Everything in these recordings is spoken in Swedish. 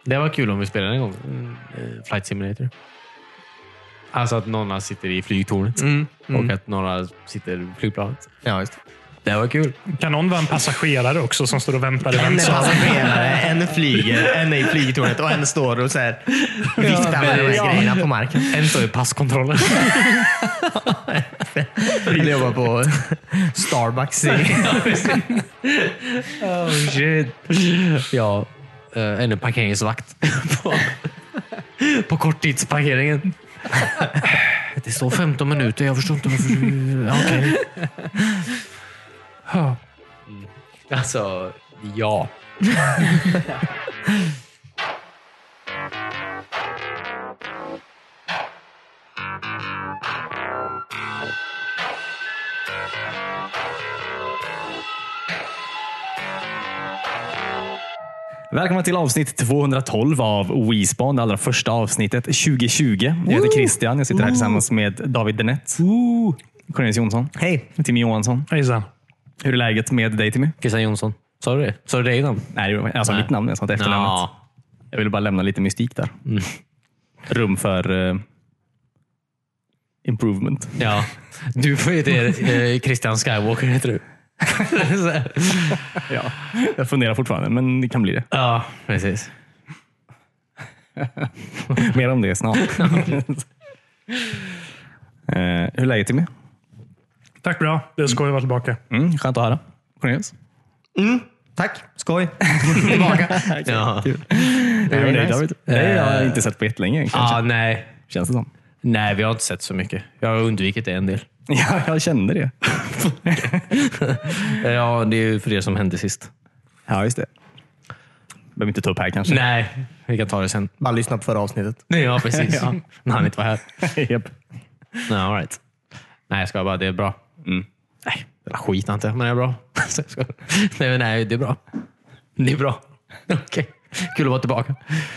Det var kul om vi spelade en gång. Flight Simulator. Alltså att några sitter i flygtornet och att några sitter i flygplanet. Ja, just det. Det var kul. Kan någon vara en passagerare också som står och väntar i En är väntsalen? passagerare, en flyger, en är i flygtornet och en står och så här viftar med de här grejerna på marken. En står i passkontrollen. Eller jobbar på Starbucks. Oh shit. Ja, en parkeringsvakt på korttidsparkeringen. Det står 15 minuter. Jag förstår inte varför. Okej. Alltså, ja. Välkomna till avsnitt 212 av WeSpawn, det allra första avsnittet 2020. Jag heter Christian, jag sitter här tillsammans med David Denett. Cornelius Jonsson. Hej. Timmy Johansson. Hejsan. Hur är läget med dig, Timmy? Christian Jonsson. Sa du det? Sa du det innan? Nej, jag sa mitt namn, jag sa inte efternamnet. Ja. Jag ville bara lämna lite mystik där. Rum för improvement. Ja. Du får heta Christian Skywalker, heter du. Ja, jag funderar fortfarande, men det kan bli det. Ja, precis. Mer om det snart. Hur är läget, Timmy? Tack, bra. Det ska jag vara tillbaka. Skönt att höra. Cornelius? Tack. Skoj. Tillbaka. Ja. Det är nice. David. Det har jag inte sett på jättelänge egentligen. Ah, nej. Känns det som. Nej, vi har inte sett så mycket. Jag har undvikit det en del. Ja, jag kände det. Ja, det är ju för det som hände sist. Ja, just det. Behöver inte ta upp här kanske. Nej, vi kan ta det sen. Bara lyssna på förra avsnittet. Nej, ja, precis. Ja. När han inte var här. Japp. Nej, all right. Nej, jag ska bara, det är bra. Nej, det är skit inte, men det är bra. Nej, det är bra. Det är bra. Okej. Kul att vara tillbaka.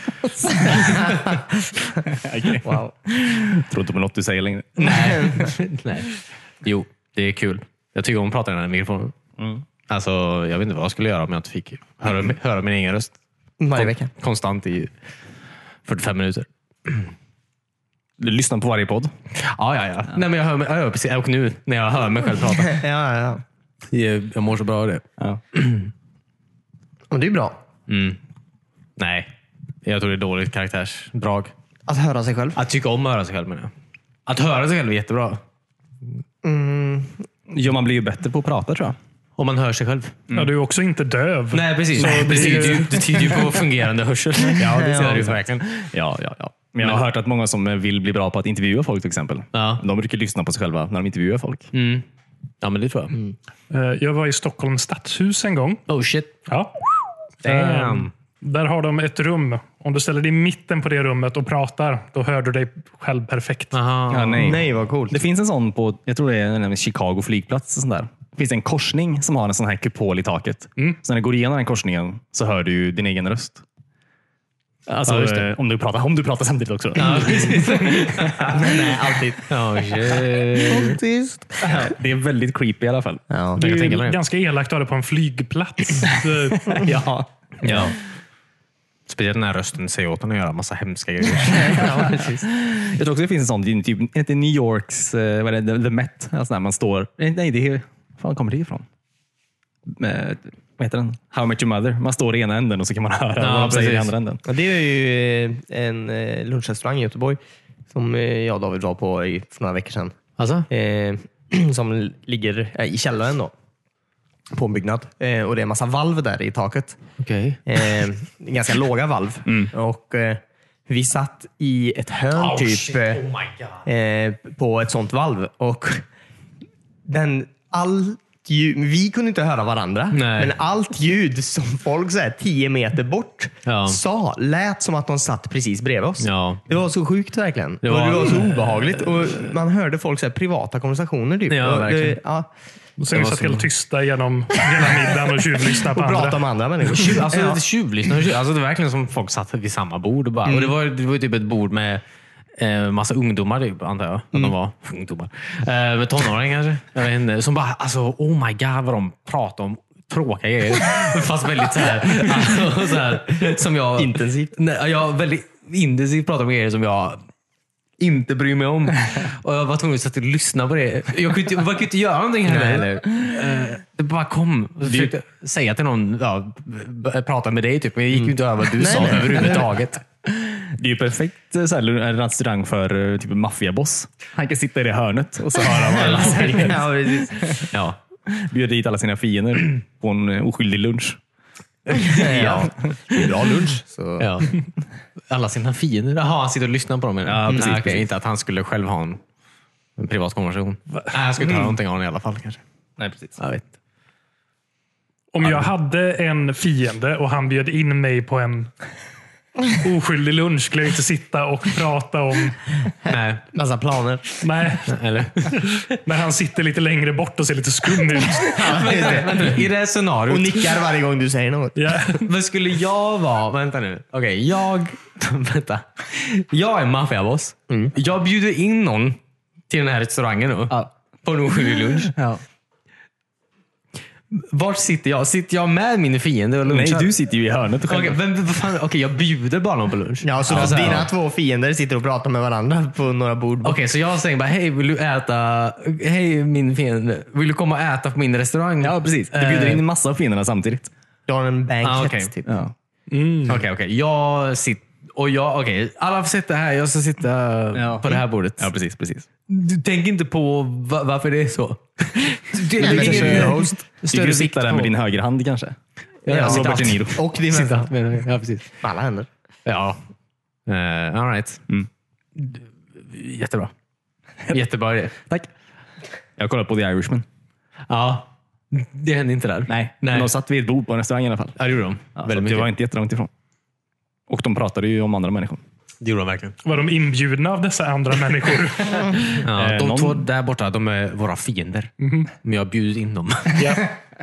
Okay. Wow. Tror inte på något du säger längre. Nej. Jo, det är kul. Jag tycker om att prata i den här mikrofonen. Alltså, jag vet inte vad jag skulle göra om jag inte fick höra min egen röst. Varje vecka. Konstant i 45 minuter. Du lyssnar på varje podd. Ja. Nej, men jag hör mig, precis. Och nu när jag hör mig själv prata. Ja. Jag mår så bra av det. Ja. Men det är bra. Nej, jag tror det är dåligt karaktärsdrag. Att höra sig själv. Att tycka om att höra sig själv, menar jag. Att höra sig själv är jättebra. Ja, man blir ju bättre på att prata, tror jag. Om man hör sig själv. Ja, du är också inte döv. Nej, precis. Så Det tyder ju på fungerande hörsel. Ja, det ser det ju verkligen. Ja. Men jag har hört att många som vill bli bra på att intervjua folk till exempel. Ja. De brukar lyssna på sig själva när de intervjuar folk. Ja, men det tror jag. Jag var i Stockholms stadshus en gång. Oh shit. Ja. Damn. Där har de ett rum. Om du ställer dig i mitten på det rummet och pratar, då hör du dig själv perfekt. Aha. Ja, nej. Nej, vad coolt. Det finns en sån på, jag tror det är en Chicago flygplats. Och sånt där. Det finns en korsning som har en sån här kupol i taket. Så när du går igenom den korsningen så hör du ju din egen röst. Alltså, om du pratar samtidigt också. Ja, precis. Nej, alltid. Oh shit. Tyst. Det är väldigt creepy i alla fall. Ja. Det Jag kan tänka mig är det. ganska elakt att ha det på en flygplats. Ja. Speciellt när rösten säger åt en att göra massa hemska grejer. Ja, precis. Jag tror också det finns en sån, typ, heter New Yorks, vad är det, The Met, alltså när man står, nej det är, fan kommer det ifrån? Vad heter den? How I Met Your Mother. Man står i ena änden och så kan man höra vad de säger i andra änden. Ja, det är ju en lunchrestaurang i Göteborg som jag och David var på för några veckor sedan. Alltså? Som ligger i källaren då. På en byggnad. Och det är en massa valv där i taket. Okej. Ganska låga valv. Och vi satt i ett hörn på ett sånt valv. Och vi kunde inte höra varandra. Nej. Men allt ljud som folk så här 10 meter bort lät som att de satt precis bredvid oss. Ja. Det var så sjukt verkligen. Det Och var- det var så obehagligt. Och man hörde folk så här privata konversationer typ. Ja, Och verkligen. Och sen vi satt helt tysta genom hela middagen och tjuvlyssnade på och prata andra. om andra människor. Alltså, det tjuvlyssnade. Alltså, det var verkligen som folk satt vid samma bord. Och, bara, och det var typ ett bord med massa ungdomar, typ, antar jag. Att de var ungdomar. Med tonåringar kanske. Jag vet inte, som bara, alltså, oh my god vad de pratade om tråkiga grejer. Fast väldigt så här som jag... Intensivt. Nej, jag väldigt intensivt pratar om grejer som jag inte bryr mig om. Och jag var tvungen att sätta och lyssna på det. Jag kunde inte göra någonting heller. Det bara kom. Jag försökte säga till någon, prata med dig typ. Men jag gick ju inte över vad du sa överhuvudtaget. Det är ju perfekt så här, en restaurang för typ en maffiaboss. Han kan sitta i det hörnet och så hör han alla säger. Ja. Bjuder dit alla sina fiender på en oskyldig lunch. Ja. Bra lunch. Så. Ja. Alla sina fiender. Jaha, han sitter och lyssnar på dem. Ja, precis, Nej, precis. inte att han skulle själv ha en privat konversation. Nej, jag skulle inte höra någonting av honom i alla fall kanske. Nej, precis. Jag vet. Om jag hade en fiende och han bjöd in mig på en oskyldig lunch skulle jag inte sitta och prata om... Nej. Massa planer. Nej, Eller? men han sitter lite längre bort och ser lite skum ut. I det här scenariot. Och nickar varje gång du säger något. Ja. Vad skulle jag vara? Vänta nu. Okej, vänta. Jag är maffiaboss. Jag bjuder in någon till den här restaurangen nu. Ja. På en oskyldig lunch. Ja. Vart sitter jag? Sitter jag med min fiende och lunchar? Nej, du sitter ju i hörnet och själv. Okej, jag bjuder bara någon på lunch. Ja, så här, dina två fiender sitter och pratar med varandra på några bord. Okej, så jag säger bara, hej, vill du äta? Hej, min fiende. Vill du komma och äta på min restaurang? Ja, precis. Du bjuder in en massa av fienderna samtidigt. Du har en bankett okej. typ. Ja. Okej. Jag sitter... Okej, alla får sitta här. Jag ska sitta på det här bordet. Ja, precis. Du tänker inte på varför det är så? Du Nej, men ingen host. Ska du sitta där med din högerhand kanske? Ja, Robert De Niro. Och din Sitta vänster. med, ja, precis. Med alla händer. Ja. All right. Jättebra. Jättebra idé. Tack. Jag kollar på The Irishman. Ja. Det hände inte där. Nej. Men de satt vid ett bord på en restaurang i alla fall. Ja, det gjorde de. Ja, Väldigt det mycket. var inte jättelångt ifrån. Och de pratade ju om andra människor. Det gjorde de verkligen. Var de inbjudna av dessa andra människor? Ja, de någon- två där borta, de är våra fiender. Men jag har bjudit in dem. Ja.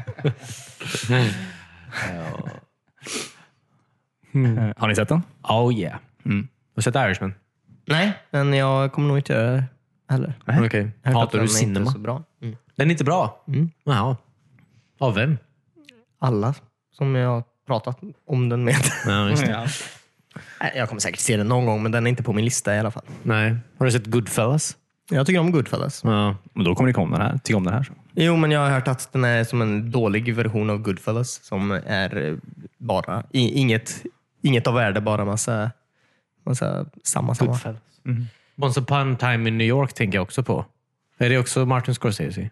Har ni sett den? Oh yeah. Har du sett Irishman? Nej, men jag kommer nog inte göra det heller. Okej. Jag har hört Hatar att du den är cinema? inte så bra. Den är inte bra? Jaha. Av vem? Alla som jag har pratat om den med. Ja, just det. Nej, jag kommer säkert se den någon gång, men den är inte på min lista i alla fall. Nej. Har du sett Goodfellas? Jag tycker om Goodfellas. Ja. Men då kommer ni tycka om den här. Så. Jo, men jag har hört att den är som en dålig version av Goodfellas som är bara inget av värde, bara massa samma. Goodfellas. Once upon a time in New York tänker jag också på. Är det också Martin Scorsese?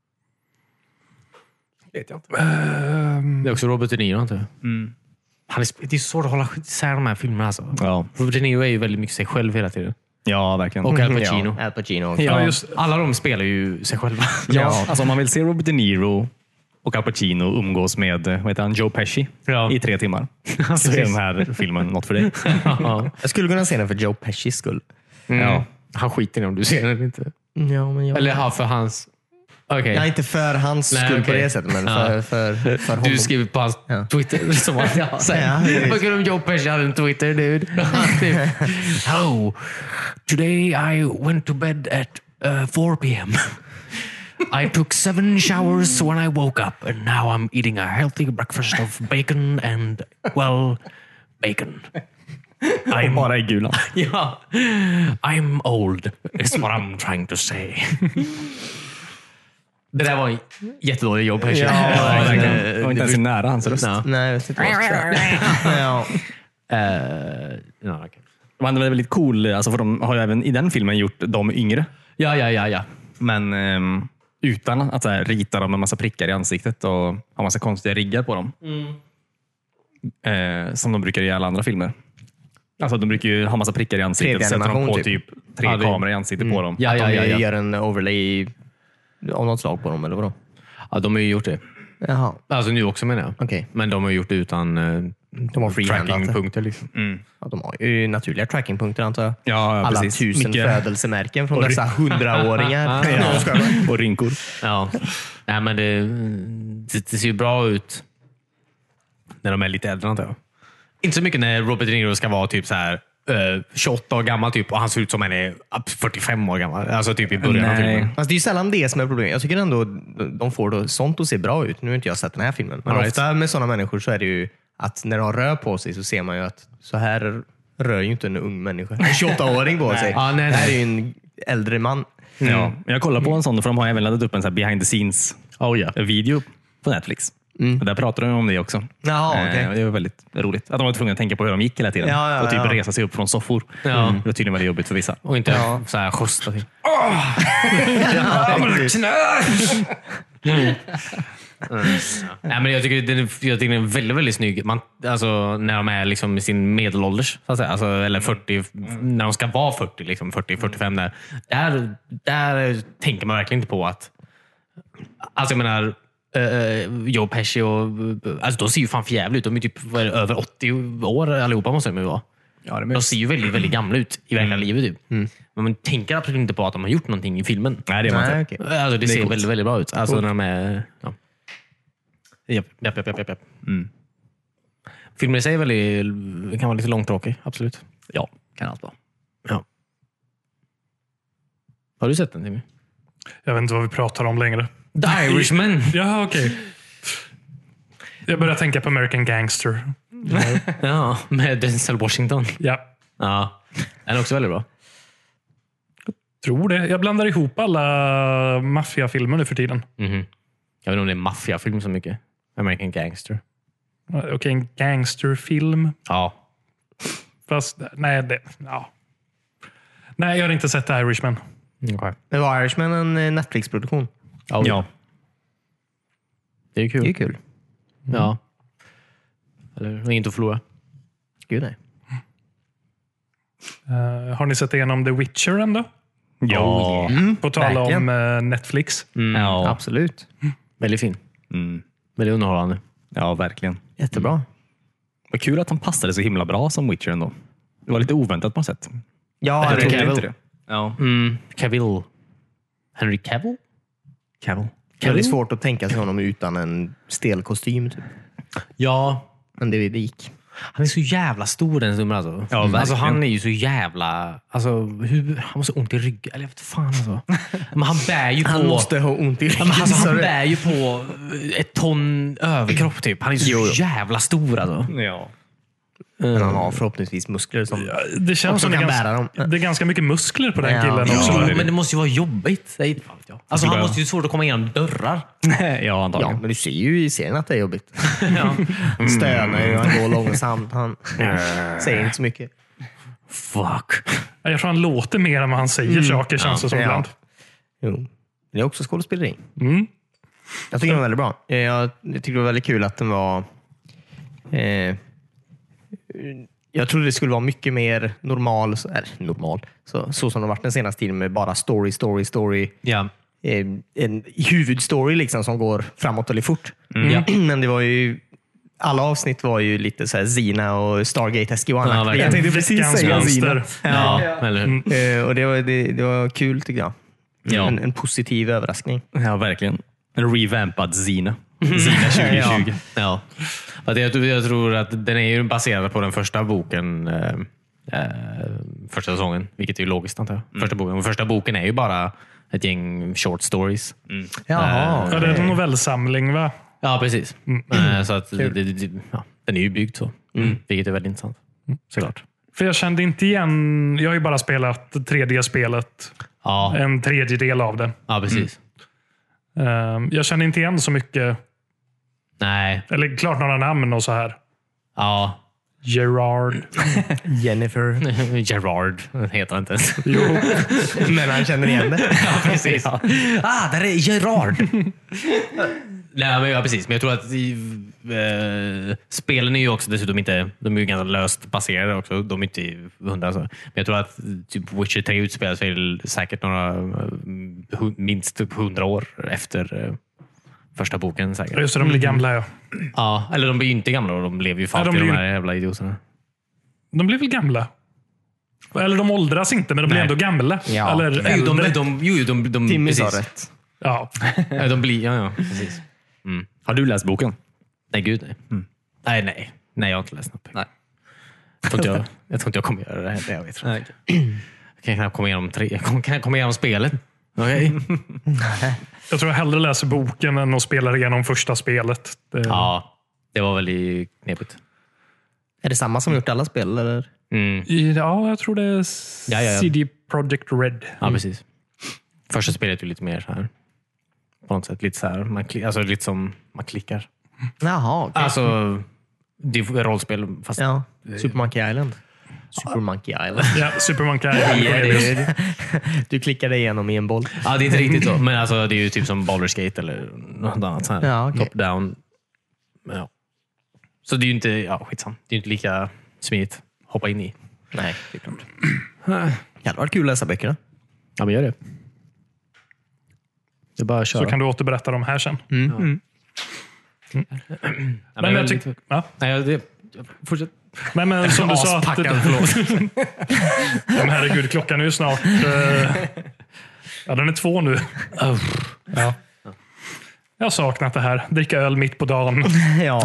Vet jag inte. Det är också Robert De Niro, antar jag. Det är så svårt att hålla isär de här filmerna. Alltså. Ja. Robert De Niro är ju väldigt mycket sig själv hela tiden. Ja, verkligen. Och Al Pacino. Ja, Al Pacino också. Ja, just Alla de spelar ju sig själva. Ja, alltså om man vill se Robert De Niro och Al Pacino umgås med vad heter han, Joe Pesci i 3 timmar. Så är den här filmen något för dig. Jag skulle kunna se den för Joe Pescis skull. Ja. Han skiter i om du ser den inte. Ja, men Eller för hans... Okej. Jag är inte för hans Nej, skull på okej. det sättet, men Ja. för honom. Du skriver på hans Ja. Twitter som att jag säger. Ja, Vad kul om Joe Pesci hade en Twitter, dude. Hello. Today I went to bed at 4 p.m. I took 7 showers when I woke up and now I'm eating a healthy breakfast of bacon and, well, bacon. I'm bara i gulan. Yeah. I'm old is what I'm trying to say. Det där var en jättedålig Joe Pesci. Ja, verkligen. Det var inte ens nära hans röst. Ja. Nej, jag vet inte vad jag ska säga. Ja. Ja, okej. Men det är väldigt cool, alltså för de har ju även i den filmen gjort de yngre. Ja. Men utan att så här, rita dem med massa prickar i ansiktet och ha massa konstiga riggar på dem. Som de brukar göra i alla andra filmer. Alltså de brukar ju ha massa prickar i ansiktet och sätter dem på 3D-animation typ 3 Ja, det- kameror i ansiktet på dem. Ja. Gör en overlay av något slag på dem, eller vadå? Ja, de har ju gjort det. Jaha, Alltså nu också menar jag. okej. Men de har gjort det utan De har freehandat det. trackingpunkter. Liksom. Ja, de har ju naturliga trackingpunkter, antar jag. Ja, Alla precis. 1000 Mycket- födelsemärken från dessa 100-åringar. Ja. Och rynkor. Ja. Nej, men det ser ju bra ut när de är lite äldre, antar jag. Inte så mycket när Robert De Niro ska vara typ så här 28 år gammal typ och han ser ut som han är 45 år gammal. Alltså typ i början av filmen. Alltså, det är ju sällan det som är problemet. Jag tycker ändå de får då sånt att se bra ut. Nu har inte jag sett den här filmen. Men ofta med sådana människor så är det ju att när de rör på sig så ser man ju att så här rör ju inte en ung människa. En 28-åring på sig. Ja, nej. Det här är ju en äldre man. Ja. Jag kollar på en sån, för de har även laddat upp en så här behind the scenes video på Netflix. Och där pratar de om det också. Jaha, okay. Det var väldigt roligt. Att de var tvungna att tänka på hur de gick hela tiden. Och typ resa sig upp från soffor. Det var tydligen väldigt jobbigt för vissa. Och inte så här hosta till. Nej, men jag tycker den är väldigt, väldigt snygg. Alltså, när de är liksom i sin medelålders, så att säga. Alltså, eller 40, när de ska vara 40, liksom 40-45 där tänker man verkligen inte på att alltså jag menar Joe Pesci och alltså de ser ju fan för jävligt ut. De är typ över 80 år allihopa måste de ju vara. Ja, de ser ju väldigt, väldigt gamla ut i verkliga livet typ. Men man tänker absolut inte på att de har gjort någonting i filmen. Nej, det är man inte. Okay. Alltså, det ser väldigt, väldigt bra ut. Alltså när de är... Ja. Japp. Filmen i sig kan vara lite långtråkig, absolut. Ja, kan allt vara. Ja. Har du sett den, Timmy? Jag vet inte vad vi pratar om längre. The Irishman! Ja, okej. Jag börjar tänka på American Gangster. Ja, med Denzel Washington. Ja. Ja, den är också väldigt bra. Tror det. Jag blandar ihop alla maffiafilmer nu för tiden. Jag vet inte om det är maffiafilm så mycket. American Gangster. Okej, en gangsterfilm. Ja. Fast, nej, nej, jag har inte sett The Irishman. Okay. Det var Irishman en Netflix-produktion. Ja. Det är kul. Det är kul. Ja. Eller inget att förlora. Gud nej. Har ni sett igenom The Witcher ändå? Ja. På tal verkligen. om Netflix. Ja. Absolut. Väldigt fin. Väldigt underhållande. Ja, verkligen. Jättebra. Vad kul att han passade så himla bra som Witcher ändå. Det var lite oväntat på något sätt. Ja, Jag det trodde är inte väl. det. Ja. Cavill. Henry Cavill? Cavill. Väldigt svårt att tänka sig honom utan en stel kostym. Typ. Ja. Men det gick. Han är så jävla stor den snubben alltså. Ja, verkligen. Alltså han är ju så jävla... Alltså, han måste ha ont i ryggen. Eller jag vet fan alltså. Men han bär ju på... Han måste ha ont i Ja, ryggen. men alltså, han bär ju på 1 ton överkropp typ. Han är så jävla stor alltså. Ja. Men han har förhoppningsvis muskler som Det känns också som kan det är bära dem. det är ganska mycket muskler på den Ja. killen Ja, också. Men det måste ju vara jobbigt. Det är inte fan vet jag. Alltså han måste ju svårt att komma igenom dörrar. Ja, antagligen. Ja, men du ser ju i serien att det är jobbigt. Han stönar ju, han går långsamt. Han säger inte så mycket. Fuck. Jag tror han låter mer än vad han säger saker, känns det som Ja. ibland. Jo. Det är också skådespeleri. Mm. Jag tycker den var väldigt bra. Jag tycker det var väldigt kul att den var... jag trodde det skulle vara mycket mer normal. Så som det har varit den senaste tiden med bara story. Ja. En huvudstory liksom som går framåt väldigt fort. Men det var ju... Alla avsnitt var ju lite så här Zina och Stargate SG-1. Ja, verkligen. jag tänkte precis Veckans säga Zina. mönster. Ja, eller hur? Och det var kul tycker jag. Ja. En positiv överraskning. Ja, verkligen. En revampad Zina. Zina 2020. Ja. Att jag tror att den är ju baserad på den första boken, första säsongen, vilket är ju logiskt antar jag. Första boken. Och första boken är ju bara ett gäng short stories. Jaha. Ja, det är en novellsamling, va? Ja, precis. Så att den är ju byggd så. Vilket är väldigt intressant. Såklart. För jag kände inte igen... Jag har ju bara spelat 3D-spelet. Ja, En tredjedel av det. ja precis. Jag kände inte igen så mycket. Nej. Eller klart några namn och så här. Ja. Gerard. Jennifer. Gerard heter han inte ens. Jo. Men han känner igen det. Ja, precis. Där är Gerard. Nej, men ja, precis. Men jag tror att spelen är ju också dessutom inte... De är ju ganska löst baserade också. De är inte 100. Men jag tror att typ Witcher 3 utspelar sig säkert minst 100 år efter första boken. Säkert. Just det, de blir gamla. Ja. Ja, eller de blir ju inte gamla. De lever ju fan Ja, till de de blir- här jävla idioterna. De blir väl gamla? Eller de åldras inte, men de blir Nej. ändå gamla. Ja. Eller äldre. De Timmy sa precis. rätt. Ja. Ja, de blir... Ja, precis. Har du läst boken? Nej, gud nej. Nej, jag har inte läst något. Nej. Jag tror inte jag kommer göra det här. Jag vet. Nej. Jag kan knappt komma igenom spelet. Okay. Jag tror jag hellre läser boken än att spela igenom första spelet. Ja, det var väldigt knepigt. Är det samma som gjort alla spel? Eller? Ja, jag tror det är CD Projekt Red. Ja, precis. Första spelet är lite mer så här. På något sätt lite så här. Alltså lite som man klickar. Jaha, okay. Alltså, det är rollspel fast... Ja, Super Monkey Island. Super Monkey Island. Ja, Super Monkey Island. Du klickade igenom i en boll. Ja, det är inte riktigt så. Men alltså, det är ju typ som Baldur's Gate eller något annat. Så här. Ja, okay. Top down. Ja. Så det är ju inte... Ja, skitsam. Det är ju inte lika smidigt. Hoppa in i. Nej, det är klart. Det hade varit kul att läsa böckerna. Ja, men gör det. Det är bara att köra. Så kan du återberätta dem här sen. Men jag tycker... Ja. Nej, fortsätt. Men som du sa att... Men herregud, klockan är ju snart... Ja, den är 2 nu. Ja. Jag har saknat det här. Dricka öl mitt på dagen. Ja.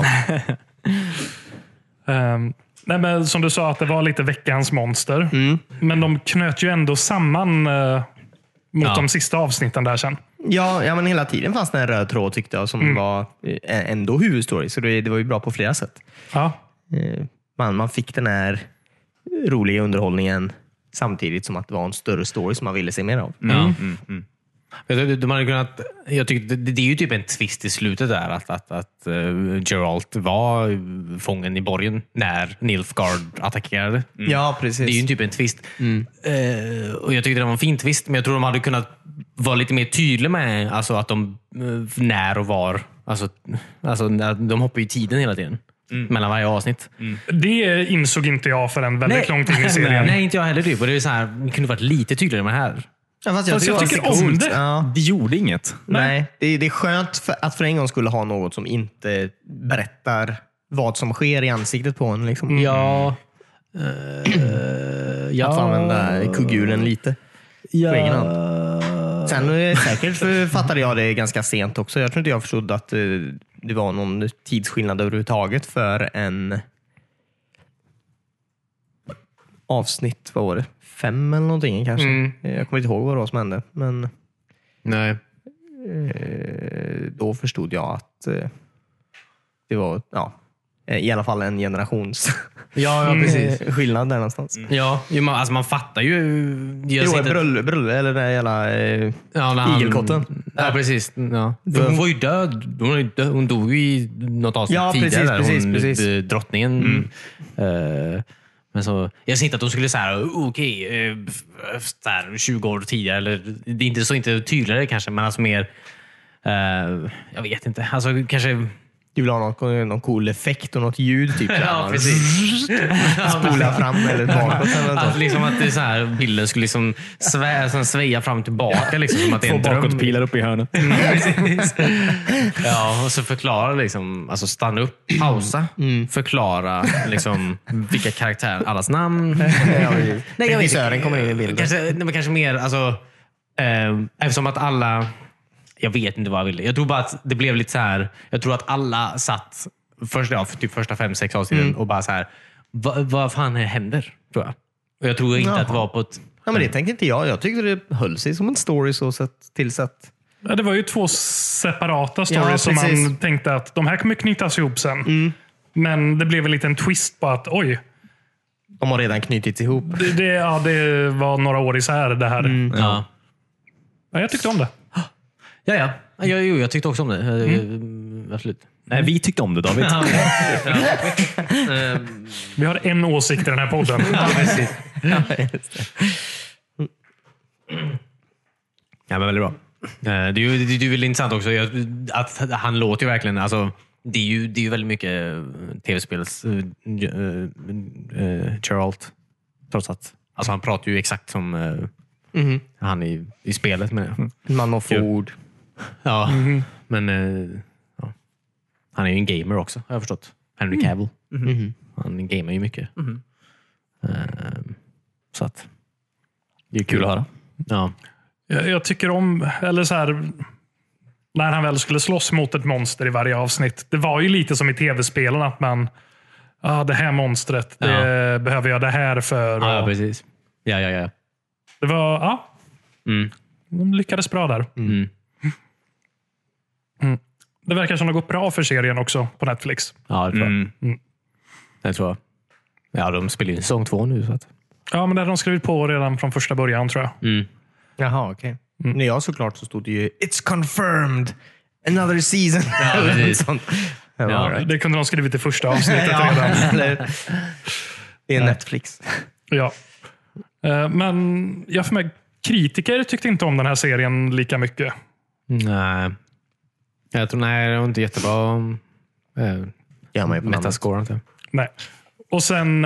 Nej, men som du sa att det var lite veckans monster. Men de knöt ju ändå samman mot de sista avsnitten där sen. Ja, men hela tiden fanns det en röd tråd tyckte jag som var ändå huvudstory. Så det var ju bra på flera sätt. Ja. Man fick den här roliga underhållningen samtidigt som att det var en större story som man ville se mer av. De hade kunnat, jag tycker det är ju typ en twist i slutet där att Geralt var fången i borgen när Nilfgaard attackerade. Ja, precis. Det är ju typ en twist. Och jag tyckte det var en fin twist, men jag tror de hade kunnat vara lite mer tydliga med alltså att de när och var alltså de hoppar ju i tiden hela tiden. Mellan varje avsnitt. Det insåg inte jag för en väldigt långt in i serien. Nej, inte jag heller typ. Och det är så här, det kunde varit lite tydligare med det här. Ja, fast jag tycker om det. Ja. Det gjorde inget. Nej, det är skönt att för en gång skulle ha något som inte berättar vad som sker i ansiktet på en. Liksom. Ja. Att få använda kugghjulen lite. På egen hand. Sen säkert fattade jag det ganska sent också. Jag tror inte jag förstod att det var någon tidsskillnad överhuvudtaget för en avsnitt, vad var det? 5 eller någonting kanske. Jag kommer inte ihåg vad det var som hände. Men Nej. Då förstod jag att det var i alla fall en generations precis. skillnad där någonstans. Ja, alltså man fattar ju. Bröll eller den jävla igelkotten. Ja, precis. Ja. Hon var ju död. Hon dog ju i något avsnitt tidigare. Precis. Drottningen. Men så, jag ser inte att de skulle säga okej, 20 år tidigare. Eller, det är inte tydligare kanske, men alltså mer jag vet inte. Alltså kanske... Du vill ha någon cool effekt och något ljud typ. Ja, precis. Spola fram eller bakåt. Alltså, liksom att det är så här, bilden skulle liksom sväja fram och tillbaka. Liksom, som att det är en dröm. Bakåtpilar upp i hörnet. Precis. Ja, och så förklara, liksom, alltså stanna upp, pausa, förklara liksom, vilka karaktärer, allas namn. Nej, jag vet inte. Kommer in i bilden. Kanske mer, alltså, eftersom att alla... Jag vet inte vad jag ville. Jag tror bara att det blev lite så här. Jag tror att alla satt första 5-6 avsnitten och bara så här. Vad fan händer? Tror jag. Och jag tror inte att det var på ett... Ja, men det tänkte inte jag. Jag tyckte det höll sig som en story så tillsatt. Ja, det var ju 2 separata stories som man tänkte att de här kommer knytas ihop sen. Men det blev en liten twist på att oj. De har redan knutits ihop. Det var några år isär det här. Ja, jag tyckte om det. Ja. Jag tyckte också om det. Absolut. Nej, vi tyckte om det, David. Vi har en åsikt i den här podden. Ja, precis. Ja, men väldigt bra. Det är ju väldigt intressant också att han låter ju verkligen, alltså, det är ju väldigt mycket tv-spels Geralt, trots att alltså, han pratar ju exakt som han i spelet med Man och ord. Ja, men han är ju en gamer också, har jag förstått. Henry Cavill. Han gamer ju mycket. Så att det är kul att höra. Ja. Jag tycker om, eller så här, när han väl skulle slåss mot ett monster i varje avsnitt. Det var ju lite som i tv-spelen att man det här monstret, det behöver jag det här för. Ja, precis. Ja. Det var, de lyckades bra där. Det verkar som det har gått bra för serien också på Netflix. Ja, det tror jag. Det tror jag. Ja, de spelar ju säsong 2 nu. Så att... Ja, men det har de skrivit på redan från första början, tror jag. Jaha, okej. När jag såklart så stod det ju It's confirmed! Another season! Ja, precis. Det kunde de skrivit i första avsnittet redan. Det är Netflix. Ja. Men jag för mig, kritiker tyckte inte om den här serien lika mycket. Nej. Jag tror det var inte jättebra. Metascore inte. Nej. Och sen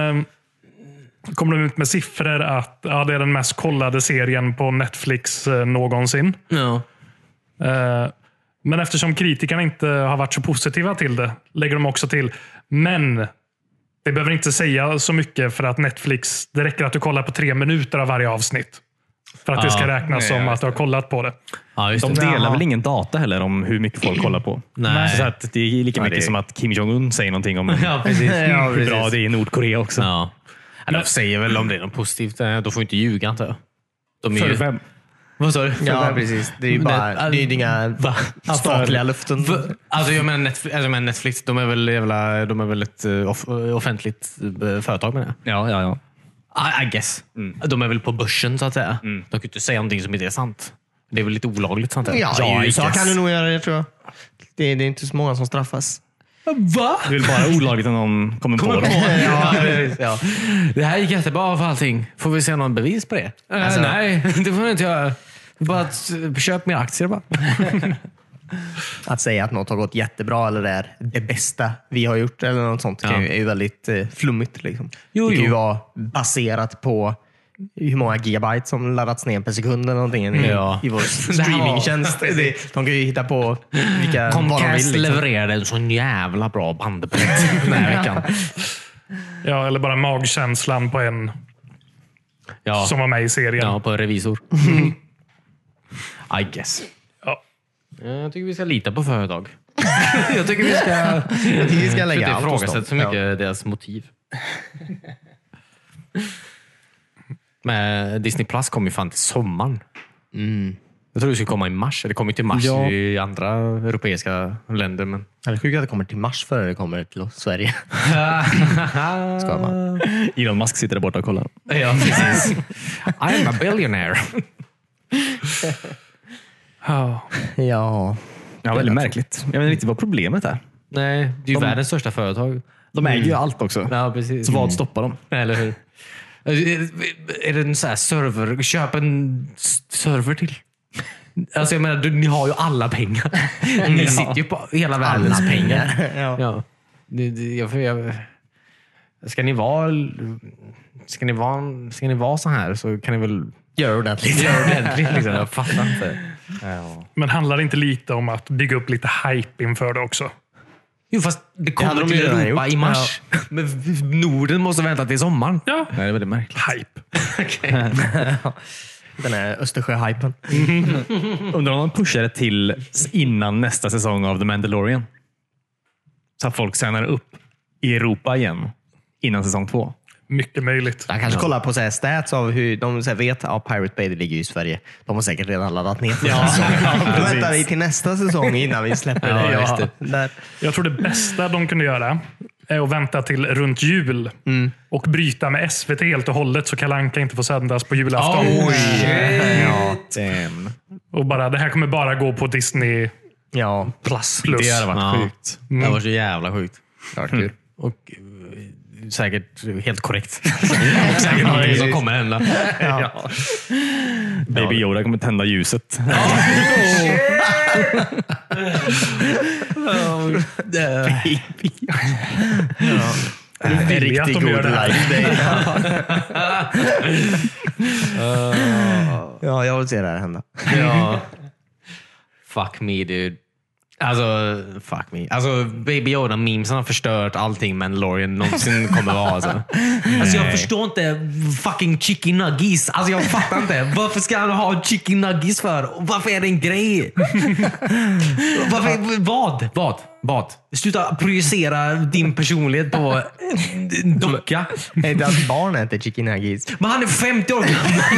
kom de ut med siffror att det är den mest kollade serien på Netflix någonsin. Ja. Men eftersom kritikerna inte har varit så positiva till det, lägger de också till. Men det behöver inte säga så mycket för att Netflix, det räcker att du kollar på 3 minuter av varje avsnitt. För att det ska räknas som att du har kollat på det. Ja, de delar väl ingen data heller om hur mycket folk kollar på. Nej. Så att det är lika mycket som att Kim Jong-Un säger någonting om hur bra det är i Nordkorea också. Ja. De säger väl om det är något positivt. Då får inte ljuga, antar jag. De är För ju... vem? Vad sa du? Ja, precis. Det är ju bara, det är ju inga statliga löften. Alltså jag menar Netflix, de är väl ett offentligt företag med det. Ja. I guess. De är väl på börsen, så att säga. De kan ju inte säga någonting som inte är sant. Det är väl lite olagligt, sant? Ja, i USA kan du nog göra det, tror jag. Det är inte så många som straffas. Va? Det är väl bara olagligt när någon kommer på dem. Ja. Det här gick jättebra för allting. Får vi se någon bevis på det? Nej, det får vi inte göra. Bara köp mer aktier bara. Att säga att något har gått jättebra eller är det bästa vi har gjort eller något sånt är ju väldigt flummigt. Liksom. Det kan ju vara baserat på hur många gigabyte som laddats ner per sekund eller någonting i vår streamingtjänst. De kan ju hitta på vilka Comcast levererade en sån jävla bra bandbredd den här veckan. Ja, eller bara magkänslan på en som var med i serien. Ja, på en revisor. I guess. Ja. Jag tycker vi ska lita på företag. Jag tycker vi ska lägga allt hos dem. Ifrågasätta så mycket deras motiv. Men Disney Plus kommer ju fan till sommaren. Jag tror det skulle komma i mars. Det kommer till mars i andra europeiska länder. Men... Eller sjukt att det kommer till mars före det kommer till Sverige. Ska man. Elon Musk sitter där borta och kollar. Ja, precis. I am a billionaire. Ja, väldigt märkligt. Jag vet inte riktigt vad problemet är. Nej, det är ju världens största företag. De äger ju allt också. Ja, precis. Så vad stoppar dem? Eller hur? Är det en sån här server? Köp en server till. Alltså jag menar, ni har ju alla pengar. Ni sitter ju på hela världens pengar. Ja. Ska ni vara så här så kan ni väl gör ordentligt. Liksom. Jag fattar inte. Ja. Men handlar det inte lite om att bygga upp lite hype inför det också? Jo, fast det kommer till Europa i mars. Ja. Men Norden måste vänta till sommaren. Ja. Nej, det är väldigt märkligt. Hype. Okay. Den här Östersjö-hypen. Undrar om de pushar det till innan nästa säsong av The Mandalorian. Så att folk signar upp i Europa igen innan säsong 2. Mycket möjligt. Jag kanske kollar på så här stats av hur de så här vet att Pirate Bay ligger i Sverige. De har säkert redan laddat ner. Då väntar vi till nästa säsong innan vi släpper det. Där. Jag tror det bästa de kunde göra är att vänta till runt jul och bryta med SVT helt och hållet så Kalle Anka inte får sändas på julafton. Och bara, det här kommer bara gå på Disney Plus. Det hade varit sjukt. Det var så jävla sjukt. Och säkert helt korrekt. Och säkert någonting som kommer hända. Baby Yoda kommer tända ljuset. Riktigt god life. Ja, jag vill se det här hända. Fuck me, dude. Alltså, fuck me. Alltså, Baby Yoda-memesen har förstört allting Mandalorian någonsin kommer vara. Alltså, jag förstår inte fucking chicken nuggies. Alltså, jag fattar inte. Varför ska han ha chicken nuggies för? Varför är det en grej? Vad? Vad? Sluta projicera din personlighet på en docka. Är det att barn äter chicken nuggets? Men han är 50 år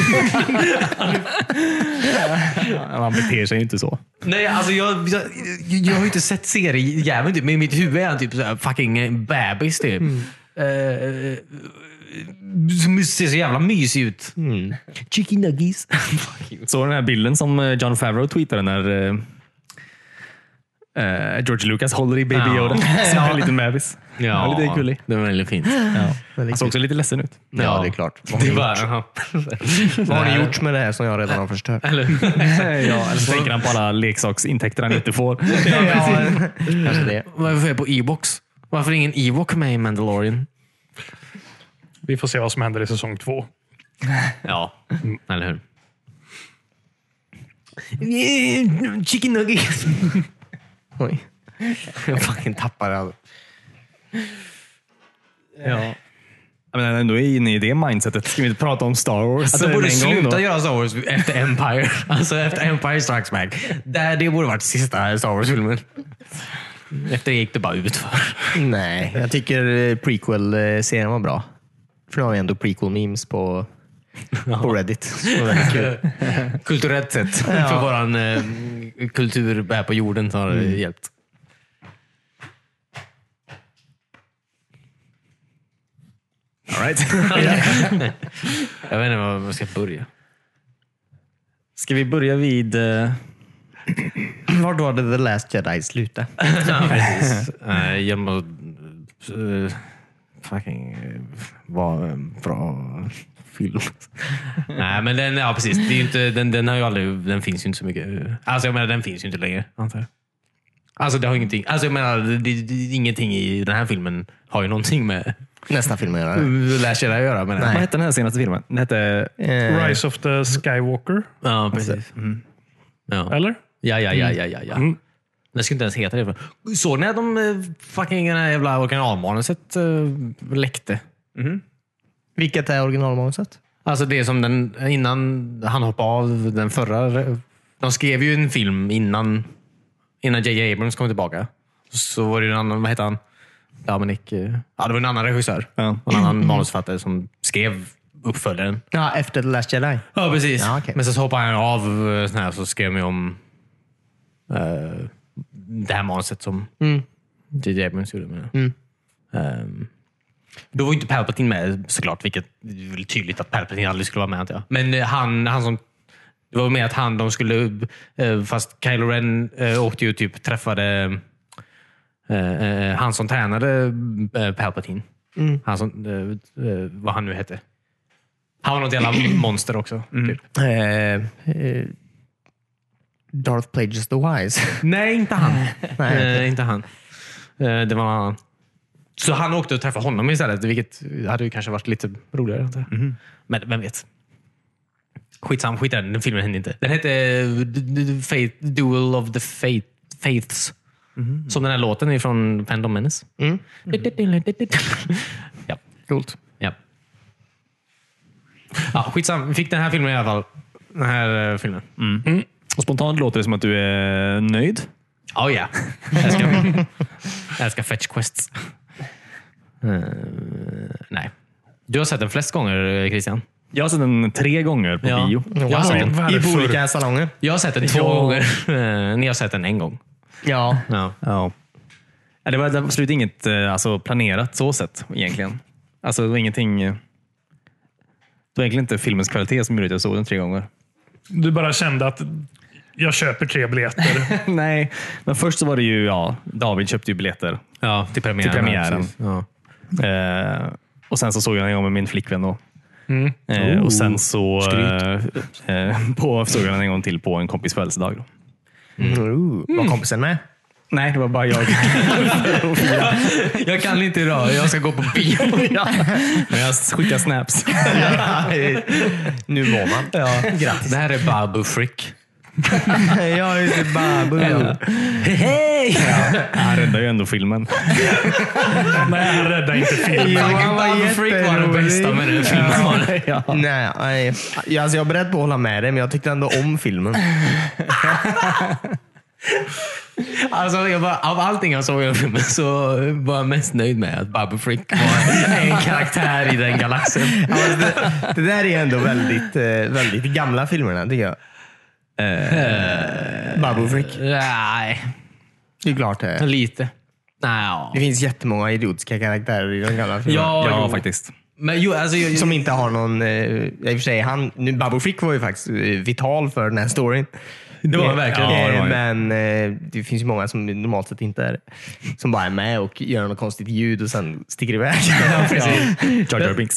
gammal. Han beter sig inte så. Nej, alltså jag har ju inte sett seriejäveln typ, men i mitt huvud är han typ så här fucking bebis typ. Som ser så jävla mysig ut. Chicken nuggets. Så den här bilden som Jon Favreau tweetade när George Lucas håller i Baby Yoda. Som en liten bebis. Ja, lite gullig. det var väldigt fint. Han såg också lite ledsen ut. Ja, det är klart. Det är bara, Vad har ni gjort med det här som jag redan har förstört? Ja, eller så tänker han på alla leksaksintäkter han inte får. Kanske det. varför är jag på Ewoks? Varför är ingen Ewok med i Mandalorian? Vi får se vad som händer i säsong 2. Ja, eller hur? Chicken nuggets. Oj. Jag fucking tappar allt. Ja. Men ändå är inne i det mindsetet. Ska vi inte prata om Star Wars? Att de borde en gång sluta då? göra Star Wars efter Empire. Alltså efter Empire Strikes Back. Det borde varit sista Star Wars-filmen. Efter det gick det bara ut för. Nej, jag tycker prequel-serien var bra. För nu har vi ändå prequel-memes på Reddit. Så det är kul. Kulturellt sett. För våran kultur här på jorden så har det hjälpt. All right. Jag vet inte var man ska börja. Ska vi börja vid... Var då hade The Last Jedi slutat? Ja, precis. Genom att fucking vara en bra film. Nej, men den, ja, precis. Det är ju inte, den har ju aldrig, den finns ju inte så mycket. Alltså jag menar, den finns ju inte längre, antar jag. Alltså det har ingenting. Alltså jag menar, ingenting i den här filmen har ju någonting med Nästa film att göra. Lär sig det att göra. Men Vad hette den här senaste filmen? Den hette... Rise of the Skywalker. ja, precis. Ja. Eller? Ja. Den skulle inte ens heta det. Såg ni att de fucking den här jävla originalmanuset läckte? Vilket är originalmanuset? Alltså det som den innan han hoppade av den förra. De skrev ju en film innan J.J. Abrams kom tillbaka. Så var det en annan, vad heter han? Dominic. Ja, det var en annan regissör. Ja. En annan manusförfattare som skrev uppföljaren. Ja, efter The Last Jedi. Ja, precis. Ja, okej. Men så hoppade han av sån här, så skrev de om det här manuset som J.J. Abrams gjorde med. Då var ju inte Palpatine med såklart, vilket är väl tydligt att Palpatine aldrig skulle vara med. Antar jag. Men han som det var med att de skulle fast Kylo Ren åkte ju typ träffade han som tränade Palpatine. Han som vad han nu hette. Han var något jävla monster också. Typ. Darth Plagueis the Wise. Nej, inte han. Nej, inte han. Det var någon annan. Så han åkte och träffade honom istället, vilket hade ju kanske varit lite roligare. Men vem vet? Skitsam, skit den filmen hände inte. Den hette Duel of the Faiths. Som den här låten är från Phantom Menace. Ja, coolt. Ja. Ja, skitsam. Vi fick den här filmen i alla fall. Den här filmen. Och spontant låter det som att du är nöjd. Oh ja. Jag ska fetch quests. Nej. Du har sett den flest gånger, Christian? Jag har sett den 3 gånger på bio. Jag har sett den. I olika salonger. Jag har sett den 2 gånger. Ni har sett den 1 gång. Ja. Ja. Det var absolut inget alltså, planerat så sett egentligen. Alltså, det var ingenting... Det var egentligen inte filmens kvalitet som gjorde att jag såg den 3 gånger. Du bara kände att jag köper 3 biljetter. Nej, men först så var det ju, David köpte ju biljetter. Ja, till premiären. Ja. Och sen så såg jag den en gång med min flickvän då. Och sen så såg jag den en gång till på en kompis födelsedag då. Var kompisen med? Nej, det var bara jag. Jag kan inte idag. Jag ska gå på bio. Men jag skickar snaps. Nu mår man. Grattis. Det här är Babu Frick. Jag är Babu. Hej! Han räddar ju ändå filmen. Nej, han räddade inte filmen. Babu Frick var det bästa med den filmen. Nej, alltså jag är beredd på att hålla med dig, men jag tyckte ändå om filmen. Alltså, av allting jag såg i den filmen så var jag mest nöjd med att Babu Frick var en karaktär i den galaxen. Ja, det där är ändå väldigt gamla filmerna, tycker jag. Babu Frick. Nej, Det är klart det. lite. Nej, Det finns jättemånga idiotiska karaktärer i de gamla filmerna. Ja, faktiskt. Men jo, alltså, Som inte har någon... I och för sig, Babu Frick var ju faktiskt vital för den här storyn. Det var verkligen. Ja, det var ju. Men det finns ju många som normalt sett inte är som bara är med och gör något konstigt ljud och sen sticker iväg. Jar Jar Binks.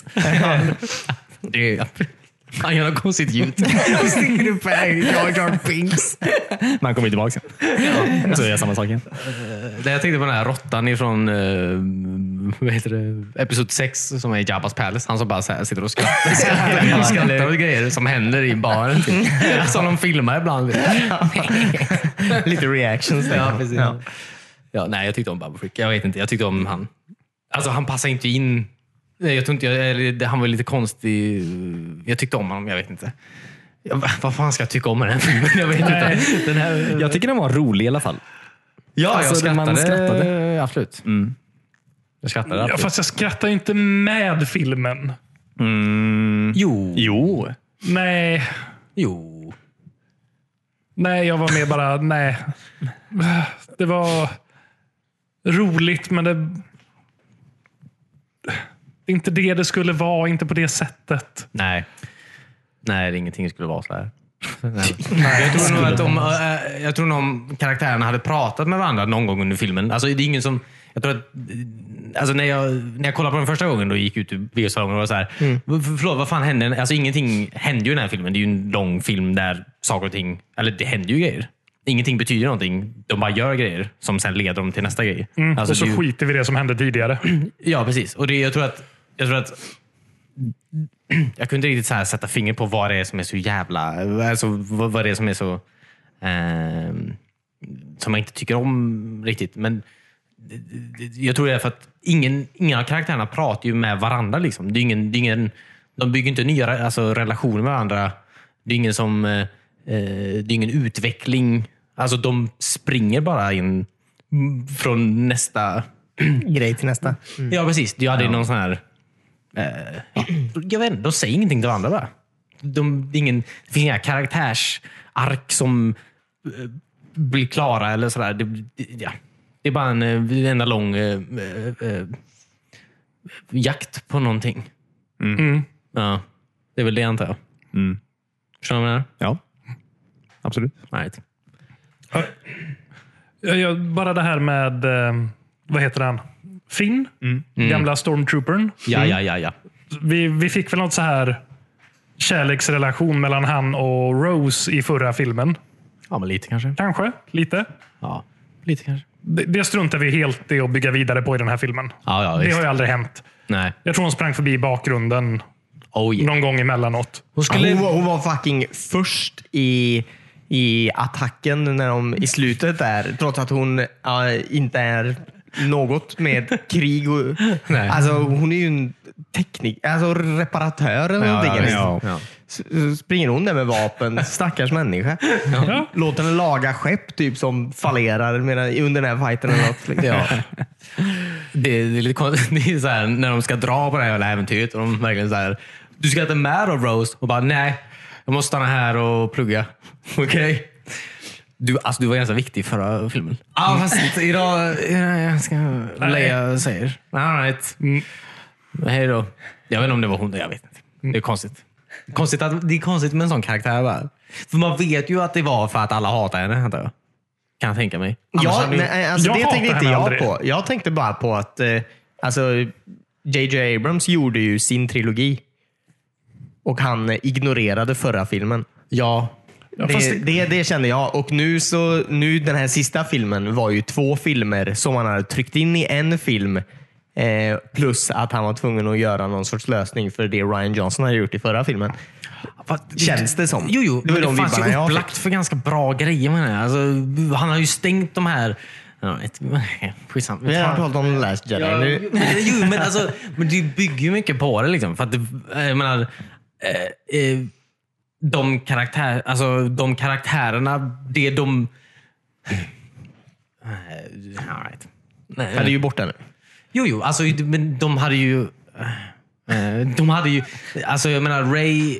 Han gör något konstigt ljud. Och sticker iväg. Jar Jar Binks. Man kommer ju tillbaka sen. Så är det samma sak igen. Jag tänkte på den här råttan ifrån vad heter det? Episod 6 som är i Jabba's Palace. Han som bara så här sitter och skrattar och grejer som händer i baren. Typ. Som de filmar ibland. Lite reactions. Ja, precis. Ja, nej, jag tyckte om Babu Frick. Jag vet inte, jag tyckte om han. Alltså han passar inte in. Jag tror inte, han var lite konstig. Jag tyckte om honom, jag vet inte. Vad fan ska jag tycka om den här filmen? Jag vet inte. Den här... Jag tycker den var rolig i alla fall. Ja, Alltså, man skrattade. Absolut. Jag skrattade Ja, absolut. fast jag skrattar ju inte med filmen. Jo. Nej, Jo. jag var med bara, nej. Det var roligt, men det är inte det skulle vara, inte på det sättet. Nej, det är ingenting skulle vara så här. Jag tror nog om karaktärerna hade pratat med varandra någon gång under filmen. Alltså det är ingen som... Jag tror att... Alltså när jag kollade på den första gången och gick ut ur biosalongen och var så här... Förlåt, vad fan hände? Alltså ingenting hände ju i den här filmen. Det är ju en lång film där saker och ting... Eller det händer ju grejer. Ingenting betyder någonting. De bara gör grejer som sen leder dem till nästa grej. Alltså, Och så det- skiter vi i det som hände tidigare. Ja, precis. Och jag tror att jag kunde inte riktigt så här sätta finger på vad det är som är så jävla... Alltså, vad det är som är så... som jag inte tycker om riktigt. Men jag tror det är för att ingen av karaktärerna pratar ju med varandra. Liksom. Det är ingen, de bygger inte nya relationer med varandra. Det är ingen som... det är ingen utveckling. Alltså de springer bara in från nästa... Grej till nästa. Ja, precis. Jag hade någon sån här... jag vet inte, de säger ingenting till varandra bara. Det finns inga karaktärsark som blir klara eller sådär. Det är bara en enda lång jakt på någonting. Ja, det är väl det jag antar. Förstår du vad jag menar? Ja, absolut. Right. Bara det här med, vad heter han? Finn? Gamla stormtroopern. Ja. Vi fick väl något så här kärleksrelation mellan han och Rose i förra filmen. Ja, men lite kanske. Kanske, lite. Ja, lite kanske. Det struntar vi helt i att bygga vidare på i den här filmen. Ja, Det visst. har ju aldrig hänt. Nej. Jag tror hon sprang förbi i bakgrunden Oh, yeah. någon gång emellanåt. Hon var fucking först i attacken när de i slutet där, trots att hon inte är något med krig. Alltså, hon är ju en reparatör eller någonting. Ja. Så springer hon där med vapen, stackars människa. Ja. Låter henne laga skepp typ som fallerar under den här fighten eller något. Liksom. Ja. Det är lite konstigt. Det är så här, när de ska dra på det här jävla äventyret och de verkligen så här: du ska inte med då, Rose? Och bara, nej, jag måste stanna här och plugga. Okej? Du var ganska viktig i förra filmen. Ja, fast idag jag ska Leia säger. All right. Hej då. Jag vet inte om det var hon. Jag vet inte. Det är konstigt. Det är konstigt med en sån karaktär bara. För man vet ju att det var för att alla hatar henne, antar jag. Kan jag tänka mig. Ja, nej, alltså, Jag det tänkte hatar inte henne jag aldrig. på. Jag tänkte bara på att J.J. Abrams gjorde ju sin trilogi. Och han ignorerade förra filmen. Ja. fast Det kände jag. Och nu den här sista filmen var ju 2 filmer som han hade tryckt in i en film. Plus att han var tvungen att göra någon sorts lösning för det Rian Johnson hade gjort i förra filmen. Känns det som. Jo, Det var men de det fanns vibbarna ju jag upplagt för ganska bra grejer med det. Alltså, han har ju stängt de här... Skitsamma. Vi har pratat om Last Jedi nu. Men det bygger ju mycket på det. Liksom, för att jag menar, de karaktärerna, All right. Hade ju bort den. Jo, alltså men de hade ju alltså jag menar Ray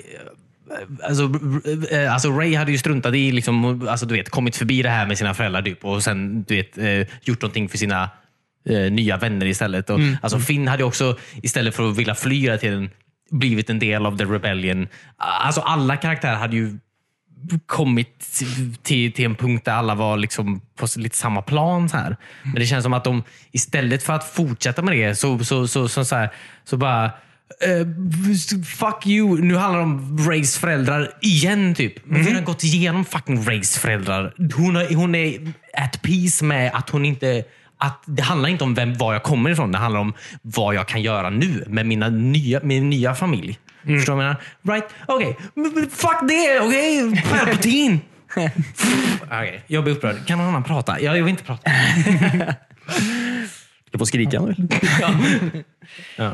alltså Ray hade ju struntat i liksom, alltså du vet, kommit förbi det här med sina föräldrar typ, och sen du vet gjort någonting för sina nya vänner istället. Och, alltså Finn hade också, istället för att vilja fly hela tiden, blivit en del av The Rebellion. Alltså alla karaktärer hade ju kommit till en punkt där alla var liksom på lite samma plan så här. Men det känns som att de istället för att fortsätta med det så bara fuck you, nu handlar det om Rays föräldrar igen typ. Vi har gått igenom fucking Rays föräldrar. Hon är at peace med att hon inte, att det handlar inte om var jag kommer ifrån, det handlar om vad jag kan göra nu med min nya familj. Förstår du vad jag menar? Right? Okej. Fuck det! Okej? Palpatine! Okej, jag blir upprörd. Kan någon annan prata? Jag vill inte prata. Du får skrika. Ja.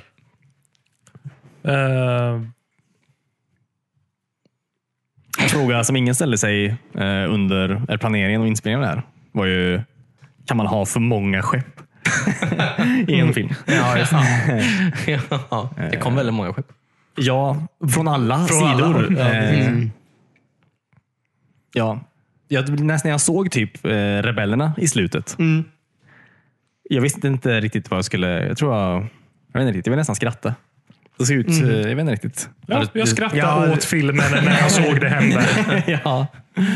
En fråga som ingen ställde sig under planeringen och inspelningen där var ju, kan man ha för många skepp i en film? Ja, det är sant. Ja, det kom väldigt många skepp. Ja, från alla sidor. Ja. Nästan jag såg typ rebellerna i slutet. Jag visste inte riktigt vad jag skulle... Jag vill nästan skratta. Det ser ut... Jag vet inte riktigt. Ja, jag skrattade åt filmen när jag såg det hända. Ja.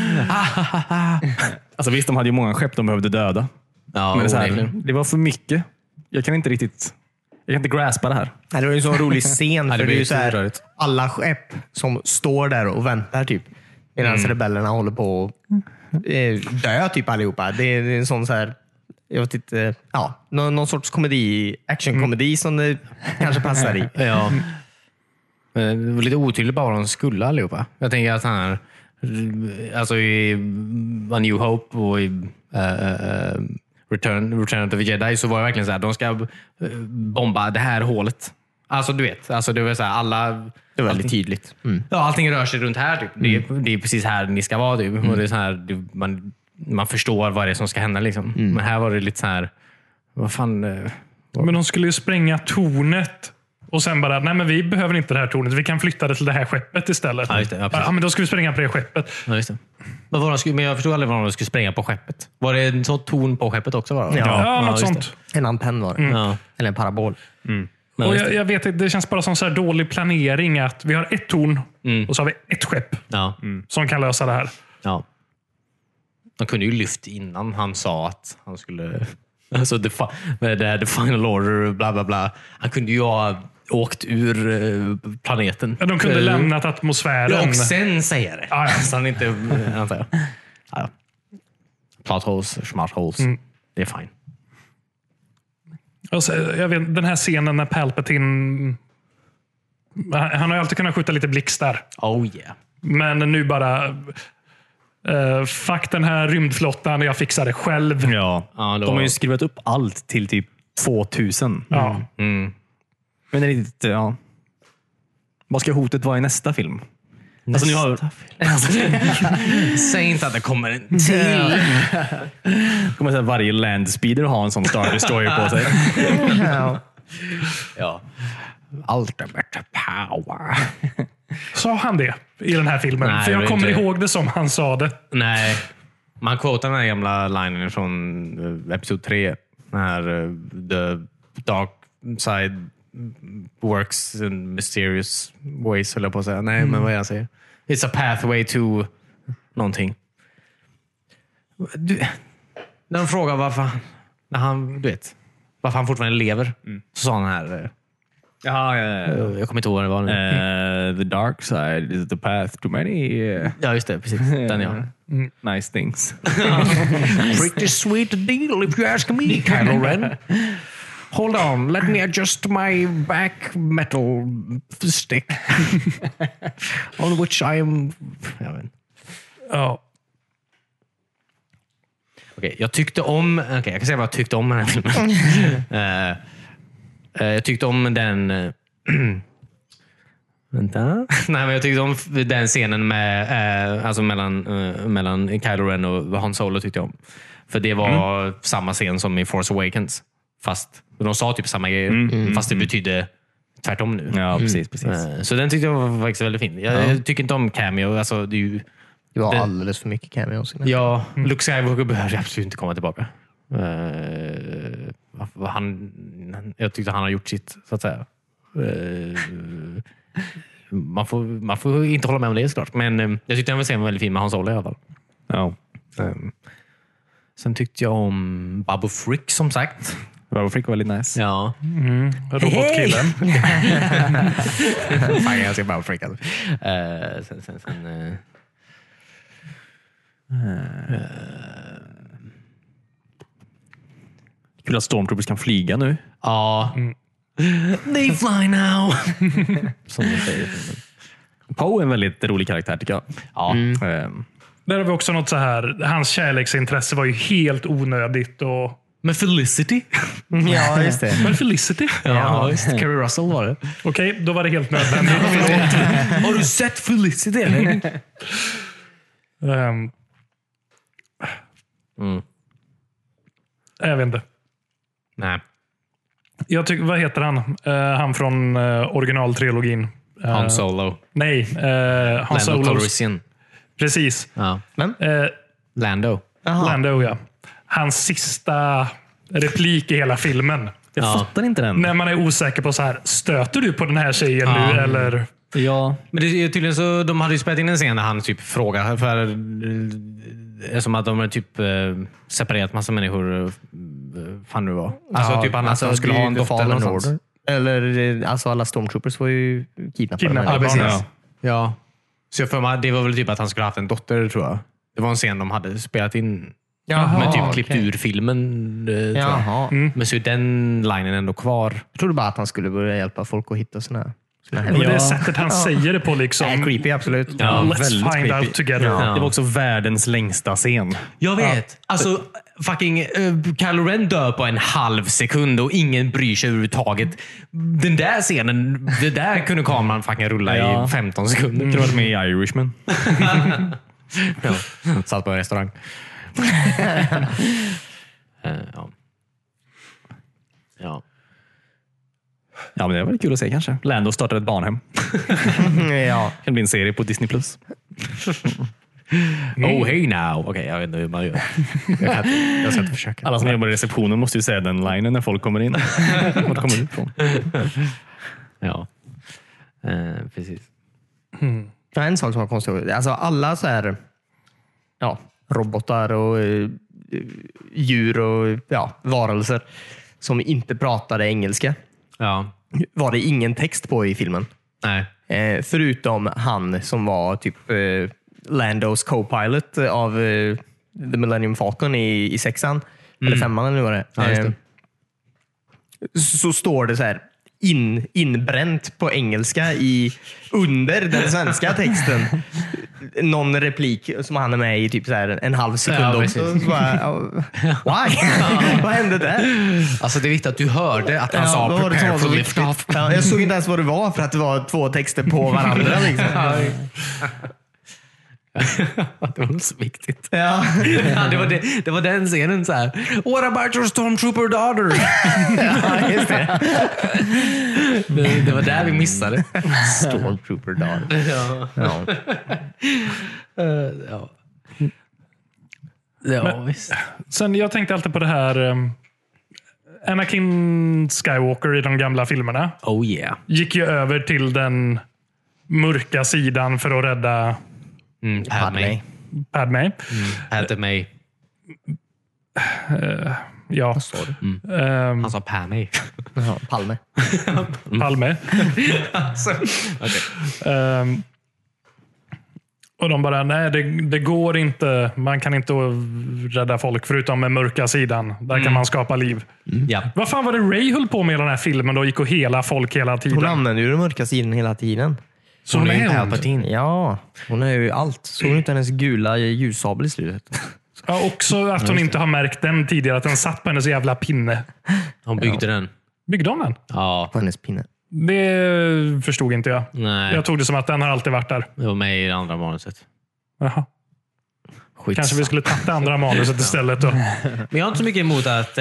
Alltså visst, de hade ju många skepp de behövde döda. Ja, men det var för mycket. Jag kan inte graspa det här. Nej, det var ju en sån rolig scen. För det är ju så här, rörigt. alla skepp som står där och väntar typ. Medan rebellerna håller på att dö typ allihopa. Det är en sån så här, jag vet inte, någon sorts actionkomedi som det kanske passar i. Ja. Det var lite otydligt bara vad de skulle allihopa. Jag tänker att han alltså i A New Hope och i Return of the Jedi så var det verkligen så här, de ska bomba det här hålet. Alltså du vet, alltså det var så här, alla... Det var väldigt tydligt. Ja, allting rör sig runt här typ. Det är precis här ni ska vara typ. Och det är så här, man förstår vad det är som ska hända liksom. Men här var det lite så här, vad fan... Men de skulle ju spränga tornet och sen bara, nej men vi behöver inte det här tornet. Vi kan flytta det till det här skeppet istället. Ja, just det. Ja, men då ska vi spränga på det skeppet. Ja, just det. Men jag förstod aldrig vad de skulle spränga på skeppet. Var det en sån torn på skeppet också? Var det? Ja, något just sånt. En antenn var det. Ja. Eller en parabol. Och jag vet inte, det känns bara som så här dålig planering att vi har ett torn och så har vi ett skepp som kan lösa det här. Ja. De kunde ju lyft innan han sa att han skulle... Alltså the final order, bla bla bla. Han kunde ju ha åkt ur planeten. Ja, de kunde lämnat atmosfären. Ja, och sen säger det. Ja. Så han inte... antar jag. Ja. Plot holes, smart holes. Det är fine. Alltså, jag vet, den här scenen när Palpatine... Han har ju alltid kunnat skjuta lite blixtar. Oh yeah. Men nu bara... fuck den här rymdflottan, jag fixar det själv. Ja. De har ju skrivit upp allt till typ 2000. Ja. Men det är riktigt, vad ska hotet vara i nästa film? Säg inte att det kommer en till. Kommer säga varje landspeeder ha en sån Star Destroyer på sig. Ja. Ultimate power. Sa han det i den här filmen? Nej, för jag kommer inte. ihåg det som han sa det. Nej. Man quotar den här gamla linen från episod 3. När the dark side works in mysterious ways, höll jag på att säga. Nej, men vad jag säger. It's a pathway to någonting. När de frågar varför han fortfarande lever, så sa han här... Jag kommer inte ihåg vad det var nu. The dark side is the path to many Ja, just det. Precis. Den ja. nice things. Pretty sweet deal if you ask me, Kylo Ren. Hold on, let me adjust my back metal stick. On which I am... Ja. Okej, jag tyckte om... jag kan säga vad jag tyckte om den här filmen. Jag tyckte om den... Vänta. Nej, men jag tyckte om den scenen med, alltså mellan Kylo Ren och Han Solo tyckte jag om. För det var samma scen som i Force Awakens. Fast de sa typ samma grejer. Fast det betydde tvärtom nu. Ja, precis. Så den tyckte jag var faktiskt väldigt fin. Jag tycker inte om cameo. Alltså, det var alldeles för mycket cameos. Ja, Luke Skywalker behöver absolut inte komma tillbaka. Jag tyckte han har gjort sitt, så att säga. Man får inte hålla med om det såklart. Men jag tyckte den var väldigt fin med Hans Solo i alla fall. Ja. Sen tyckte jag om Babu Frick som sagt. Babu Frick var väldigt nice. Ja. Robotkillen. Fan, jag ser Babu Frick. Sen Kul att Stormtroopers kan flyga nu. ja. They fly now. Som de säger. Poe är en väldigt rolig karaktär tycker jag. Ja. Där har vi också något så här. Hans kärleksintresse var ju helt onödigt. Och... Men Felicity? Ja, just det. Men Felicity? Ja, just det. Carrie Russell var det. Okej, då var det helt nödvändigt. Har du sett Felicity? Jag vet inte. Nej. Jag tycker, vad heter han? Han från originaltrilogin. Han Solo. Nej, Han Lando Solo. Calrissian. Precis. Ja. Lando, ja. Hans sista replik i hela filmen. Jag fattar inte den. När man är osäker på så här, stöter du på den här tjejen nu eller? Ja. Men det är tydligen så, de hade ju spelat in en scen där han typ frågar för som att de har typ separerat massa människor. Fan det var. Alltså typ han skulle ha en dotter eller något sånt. Eller alltså alla Stormtroopers var ju kidnappade. Kidnappade. Precis. Ja. Så jag för mig, det var väl typ att han skulle ha haft en dotter tror jag. Det var en scen de hade spelat in. Jaha, Men typ okej. klippt ur filmen. Tror jag. Jaha. Men så är den linen ändå kvar. Jag trodde bara att han skulle börja hjälpa folk att hitta såna här. Och det sättet han säger det på liksom. Creepy, absolut. Ja, Let's väldigt find creepy. out together. Ja. Det var också världens längsta scen. Jag vet. Alltså, fucking Kylo Ren dör på en halv sekund och ingen bryr sig överhuvudtaget. Den där scenen, det där kunde kameran fucking rulla i 15 sekunder. Det var med i Irishman. Ja. Satt på en restaurang. Ja. Ja. Ja, men det var väl kul att se kanske. Lando startar ett barnhem. Ja. Det kan bli en serie på Disney+. Oh, hey now. Okej, jag vet inte hur man gör. Jag ska inte försöka. Alla som jobbar i receptionen måste ju säga den linen när folk kommer in. Vart de kommer ut från. Ja. Precis. Det är en sak som var konstig. Alltså alla så här robotar och djur och varelser som inte pratade engelska Ja. var det ingen text på i filmen. Nej. Förutom han som var typ Landos co-pilot av The Millennium Falcon i 6an. Eller 5an eller vad det är. Ja, just det. Så står det så här inbränt på engelska under den svenska texten. Någon replik som han är med i typ så här en halv sekund Ja, också. Så bara, why? Vad hände där? Alltså det är viktigt att du hörde att han sa vad var det som prepare var for så lift-off. viktigt? Ja, jag såg inte ens vad det var för att det var 2 texter på varandra. Liksom. Det var så viktigt. Ja. Ja, det var den scenen så här. What about your stormtrooper daughter? Ja, just det. Det var där vi missade. Stormtrooper dog. Ja. Ja. Ja. Ja, visst. Sen jag tänkte alltid på det här. Anakin Skywalker i de gamla filmerna Oh yeah. gick ju över till den mörka sidan för att rädda Padme. Padme. Hade mig. Ja. Han sa Padme. Jaha, Palme. Palme. Och de bara, nej det går inte. Man kan inte rädda folk förutom med mörka sidan. Där kan man skapa liv. Ja. Vad fan var det Ray höll på med i den här filmen då? Gick och hela folk hela tiden. Hon använder ju den mörka sidan hela tiden. Så Hon är hon ju är Palpatine. Ja, hon är ju allt. Såg du inte hennes gula ljussabel i slutet? Ja, också att hon inte har märkt den tidigare. Att den satt på hennes jävla pinne. Hon byggde den. Byggde hon den? Ja. På hennes pinne. Det förstod inte jag. Nej. Jag tog det som att den har alltid varit där. Det var med i det andra manuset. Jaha. Skit. Kanske vi skulle ta det andra manuset istället då. Men jag har inte så mycket emot att,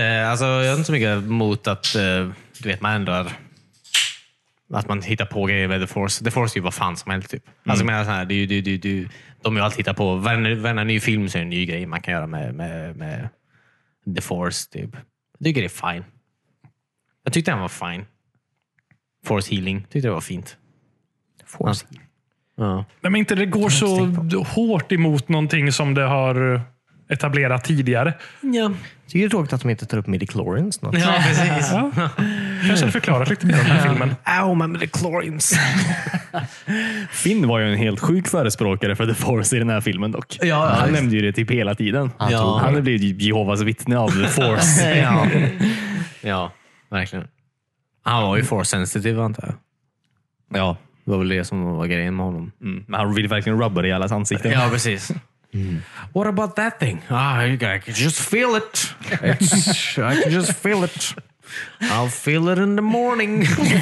du vet, man ändrar, att man hittar på grejer med The Force. The Force är ju vad fan som helst typ. Alltså jag menar så här, de har ju alltid hittat på, varje ny film så är det en ny grej man kan göra med The Force typ. Jag tycker det är fine. Jag tyckte den var fine. Force healing, tyckte det var fint. Force. Ja. Nej, men inte det går så hårt emot någonting som det har etablerat tidigare. Ja. Jag tycker det är tråkigt att de inte tar upp midichlorians. Ja, precis. Ja. Kanske hade förklarat lite mer om den här filmen. Ow, med midichlorians. Finn var ju en helt sjuk förespråkare för The Force i den här filmen dock. Ja, Han nämnde ju det typ hela tiden. Ja. Han har blivit Jehovas vittne av The Force. Ja, verkligen. Han var ju force sensitive antar jag. Ja. Det var väl det som var grejen med honom. Men han vill verkligen rubba det i allas ansikten. Ja, precis. What about that thing? I can just feel it. I can just feel it. I'll feel it in the morning.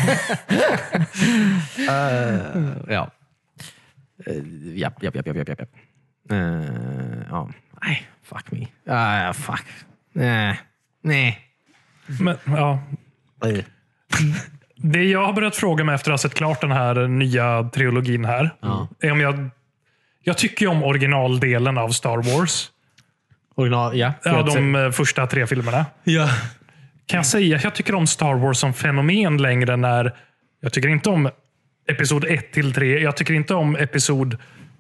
Ja. Japp. Ja. Nej, fuck me. Fuck. Nej. Men, ja. Det jag har börjat fråga mig efter att ha sett klart den här nya trilogin här är om jag tycker om originaldelen av Star Wars. Original, ja. Ja, de första 3 filmerna. Ja. Kan jag säga att jag tycker om Star Wars som fenomen längre när jag tycker inte om episod 1-3. Jag tycker inte om episod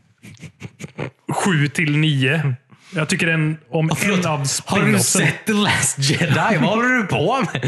7-9. Jag tycker om en av Har du spin-offsen. sett The Last Jedi? Vad håller du på med?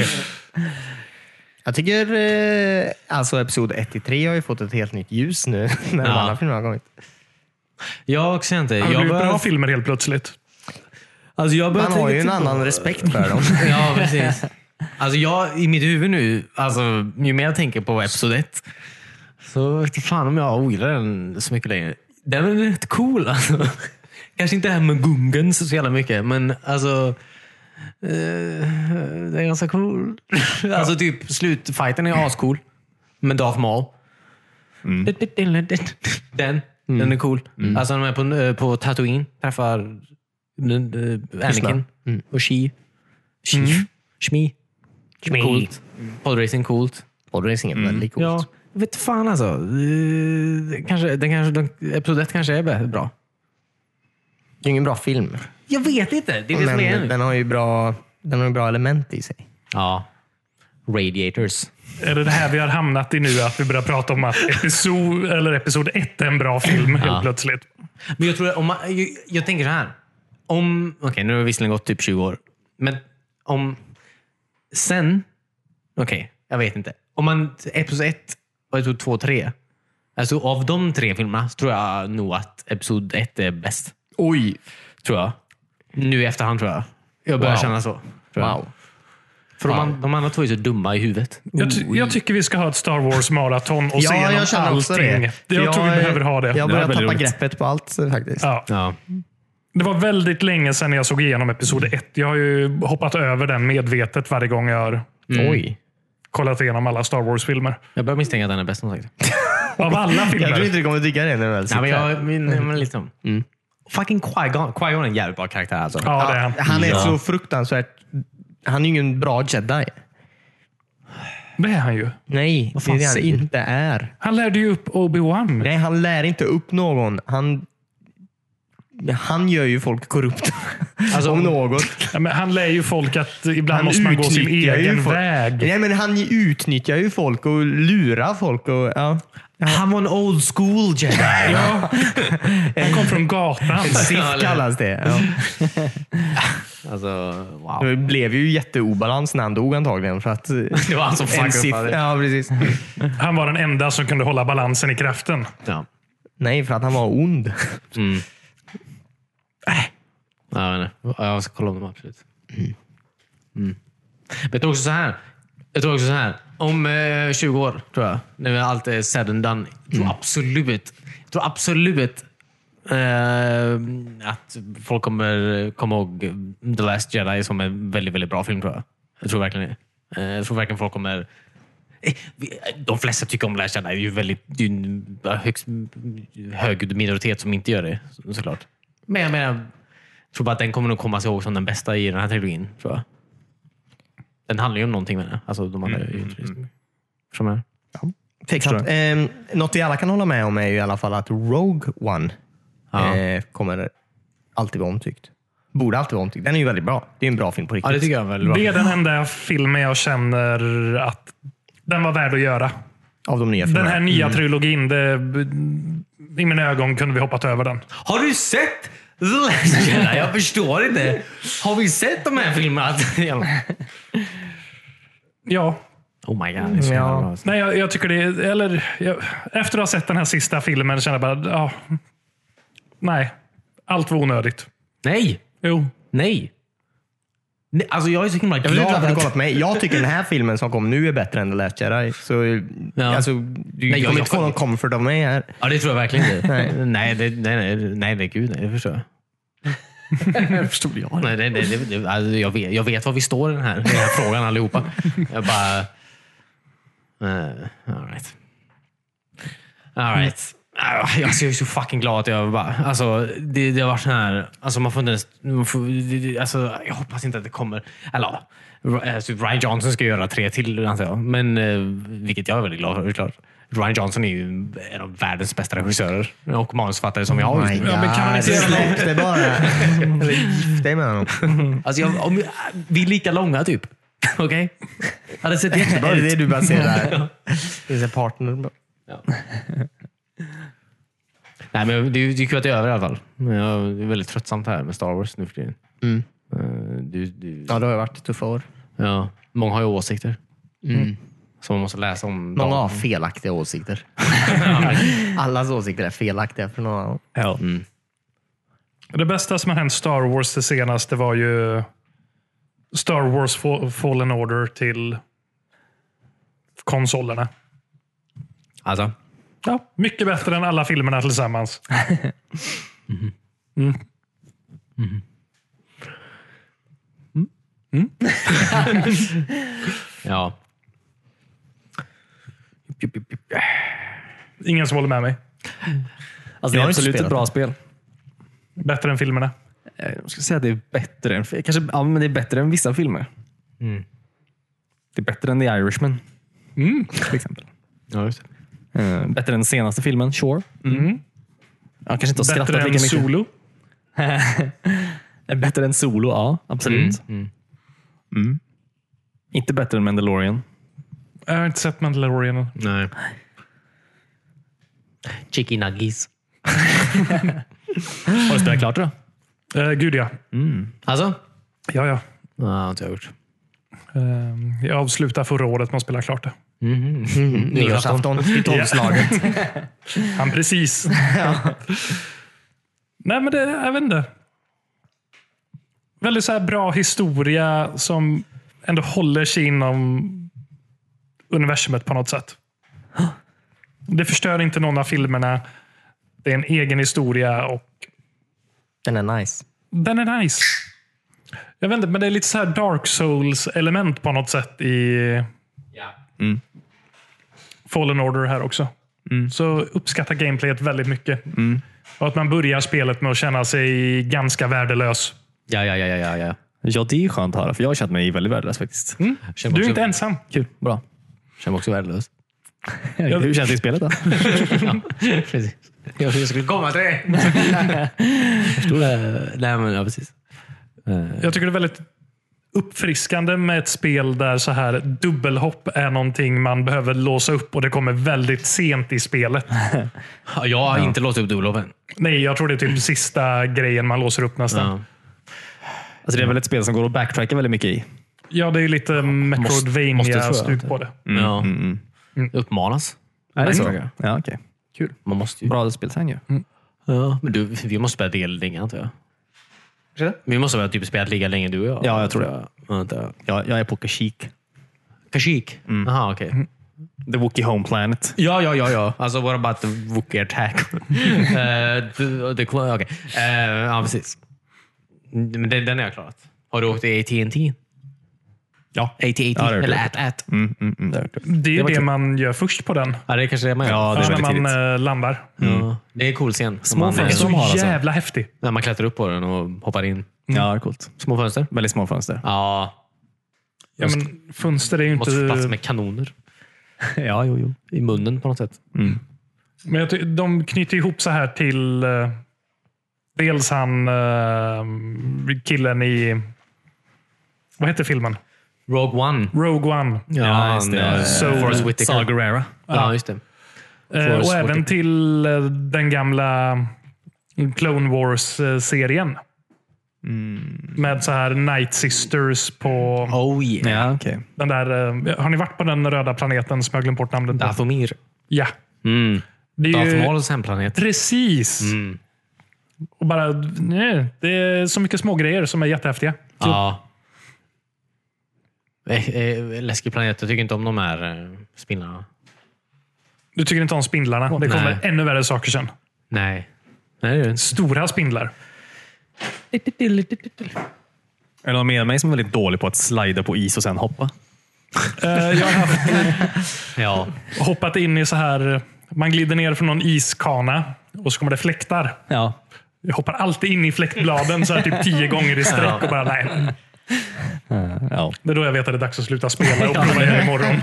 Jag tycker alltså episod 1-3 har ju fått ett helt nytt ljus nu när de andra filmerna har kommit. Jag också inte. Det har blivit bra filmer helt plötsligt. Alltså Man har ju en annan respekt för dem. Ja, precis. Alltså i mitt huvud nu, alltså, ju mer jag tänker på episod 1 så vet jag fan om jag ogillar den så mycket längre. Den är rätt cool. Alltså. Kanske inte det här med Gungans så jävla mycket, men alltså det är ganska cool. Alltså typ slutfighten är ascool. Med Darth Maul. Den är cool. Alltså de är på Tatooine. Träffar Anakin och Shmi. Coolt. Podracing coolt. Podracing är väldigt coolt. Ja, jag vet fan alltså. Episod 1 kanske är bra. Det är ingen bra film. Jag vet inte. Det är det som är Men den har ju bra element i sig. Ja. Radiators. Är det här vi har hamnat i nu? Att vi börjar prata om att episod 1 är en bra film helt plötsligt. Men jag tror jag tänker så här. Okej, nu har det visserligen gått typ 20 år. Men om sen... Okej, jag vet inte. Om man episod 1 och episod 2 och 3. Alltså av de 3 filmerna så tror jag nog att episod 1 är bäst. Oj! Tror jag. Nu i efterhand tror jag. Jag börjar känna så. Wow. För de andra 2 är så dumma i huvudet. Jag tycker vi ska ha ett Star Wars-maraton och se igenom jag känner också allting. Jag tror vi behöver ha det. Jag börjar tappa roligt. greppet på allt faktiskt. Ja. Ja. Det var väldigt länge sedan jag såg igenom episod 1. Jag har ju hoppat över den medvetet varje gång jag har Oj. kollat igenom alla Star Wars-filmer. Jag börjar misstänka att den är bäst som sagt. Av alla Jag tror filmer. inte du kommer tycka det när du väl Nej, men sitter. men liksom. Fucking Qui-Gon är en jävligt bra karaktär alltså. Ja, det är han. Han är så fruktansvärt... Han är ju ingen bra Jedi. Det är han ju. Nej, det fan är det han säger du? inte är. Han lärde ju upp Obi-Wan. Nej, han lär inte upp någon. Han gör ju folk korrupta. Alltså, om något. Ja, men han lär ju folk att ibland Han måste man gå sin utnyttjar ju egen folk. väg. Nej, men han utnyttjar ju folk och lurar folk. Och, ja. han var en old school Jedi. Ja. Han kom från gatan. Sith kallas det. Ja. Alltså, wow. Det blev ju jätteobalans när han dog antagligen. För att Det var han som en fuckade Sith, upp det. ja, precis. Han var den enda som kunde hålla balansen i kraften. Ja. Nej, för att han var ond. Jag vet inte. Jag ska kolla om dem absolut. Men jag tror också så här. Om 20 år, tror jag. När allt är said and done. Jag tror absolut att folk kommer komma ihåg The Last Jedi som en väldigt, väldigt bra film, tror jag. Jag tror verkligen det. Jag tror verkligen folk kommer De flesta tycker om Last Jedi. Det är ju det är en högst hög minoritet som inte gör det, såklart. Men jag menar, jag tror bara att den kommer nog komma sig ihåg som den bästa i den här trilogin, tror jag. Den handlar ju om någonting med det. Alltså, de andra är ju inte som är. Exakt. Något vi alla kan hålla med om är ju i alla fall att Rogue One kommer alltid vara omtyckt. Borde alltid vara omtyckt. Den är ju väldigt bra. Det är en bra film på riktigt. Ja, det tycker jag är väldigt bra. Det är den enda filmen jag känner att den var värd att göra. Av de nya filmerna. Den här nya trilogin, i mina ögon kunde vi hoppat över den. Har du sett The Last Jedi? Jag förstår inte. Har vi sett de här filmerna? Ja. Oh my god. Det är så jävla bra. Nej, jag tycker efter att ha sett den här sista filmen känner jag bara, nej. Allt var onödigt. Nej. Jo. Nej. Alltså jag är så himla glad att du kollat på mig. Jag tycker den här filmen som kom nu är bättre än The Last Jedi. Så alltså, du kommer inte få någon comfort av mig här. Ja, det tror jag verkligen inte. nej, gud, nej, det förstår jag. Jag förstod jag. Alltså, jag vet var vi står i den här frågan allihopa. Jag bara... all right. Jag är så fucking glad att jag bara... Alltså, det har varit så här... Alltså, man får inte ens... Alltså, jag hoppas inte att det kommer... Eller Ryan Johnson ska göra 3 till, antar jag. Men vilket jag är väldigt glad för, klart. Ryan Johnson är ju en av världens bästa regissörer och manusförfattare som vi har just nu. Ja, men kan man inte göra det bara? Eller gift dig med honom. Alltså, vi är lika långa, typ. Okej? Hade sett jättebra ut. Det är det du bara ser där. Det är en partner. Ja. Nej, men det är kul att det är över i alla fall. Men jag är väldigt tröttsamt här med Star Wars nu för tiden. Ja, det har varit tuffa år. Ja, många har ju åsikter. Som man måste läsa om. Många har felaktiga åsikter. Allas åsikter är felaktiga för någon annan. Ja. Det bästa som har hänt Star Wars det senaste var ju Star Wars Fallen Order till konsolerna. Alltså? Ja, mycket bättre än alla filmerna tillsammans. Ja. Ingen som håller med mig. Alltså, det är absolut ett bra spel. Bättre än filmerna. Jag skulle säga att det är bättre än... Kanske, ja, men det är bättre än vissa filmer. Det är bättre än The Irishman. Till exempel. Ja, just det. Bättre än senaste filmen, sure. Jag kanske inte har skrattat Bättre än lika mycket. Solo. Bättre än Solo, ja. Absolut. Inte bättre än Mandalorian. Jag har inte sett Mandalorian. Nej. Chicken nuggets. Har du spelat klart det då? Gud ja. Alltså? Ja. Ja, det har inte jag gjort. Jag avslutade förra året med att spela klart det. Nyårsafton i 12-slaget. Han precis. Nej, men jag vet inte. Väldigt så här bra historia som ändå håller sig inom universumet på något sätt. Det förstör inte någon av filmerna. Det är en egen historia och Den är nice. den är nice. Jag vet inte, men det är lite så här Dark Souls-element på något sätt i Fallen Order här också. Så uppskattar gameplayet väldigt mycket. Och att man börjar spelet med att känna sig ganska värdelös. Ja. Ja, det är skönt att höra. För jag har känt mig väldigt värdelös faktiskt. Du är inte ensam. Kul, bra. Känner mig också värdelös. Hur känns det i spelet då? Precis. Jag skulle komma till det. Nej, men ja, precis. Jag tycker det är väldigt uppfriskande med ett spel där så här dubbelhopp är någonting man behöver låsa upp och det kommer väldigt sent i spelet. Jag har inte låst upp dubbelhoppen. Nej, jag tror det är typ sista grejen man låser upp nästan. Ja. Alltså, det är väl ett spel som går att backtracka väldigt mycket i. Ja, det är lite Metroidvania-stuk på det. Ja. Uppmanas. Är det så? Ja, okej. Kul. Man måste ju. Bra speldesign ju. Ja, men vi måste spela del länge, antar jag. Vi måste väl typ spela lika länge, du och jag? Ja, jag tror det. Vänta. Jag är på Kashyyyk. Kashyyyk? Jaha, okej. The Wookiee Home Planet. Ja. Alltså, what about the Wookiee attack? Okej. Ja, precis. Men den har jag klarat. Har du åkt i AT&T? Ja. AT-AT. Ja, det är eller det. AT-AT. Det är ju var det kul. man gör först på den. Ja, det är kanske det man gör. Ja, det är När väldigt man tidigt. landar. Ja, det är en cool scen. Små Man, fönster. Så de har alltså. jävla häftig. när man klättrar upp på den och hoppar in. Ja, det är coolt. Små fönster. Väldigt små fönster. Ja, Ja, men fönster är ju måste få plats inte... med kanoner Ja, jo. i munnen på något sätt. Men de knyter ihop så här till... dels han killen i... Vad heter filmen? Rogue One. Rogue One. Ja, just det. Forrest Whitaker. Saw Gerrera. Ja, just det. Och Forrest även Whitaker. till den gamla Clone Wars-serien. Med så här Night Sisters på Oh yeah. Ja, okej. den där... har ni varit på den röda planeten som jag glömt bort namnet på? Dathomir. Ja. Det är Darth ju... Mauls hemplanet. Precis. Och bara, nej, det är så mycket små grejer som är jättehäftiga. Ja. Läskig planet. Jag tycker inte om de här spindlarna. Du tycker inte om spindlarna? Det kommer Nej. ännu värre saker sen. Nej. Nej, det är det. Stora spindlar. Är det någon med mig som är väldigt dålig på att slida på is och sen hoppa? Jag har haft Ja. hoppat in i så här... Man glider ner från någon iskana och så kommer det fläktar. Ja. Jag hoppar alltid in i fläktbladen så här typ 10 gånger i sträck och bara nej. Ja. Det är då jag vet att det är dags att sluta spela och prova igen imorgon.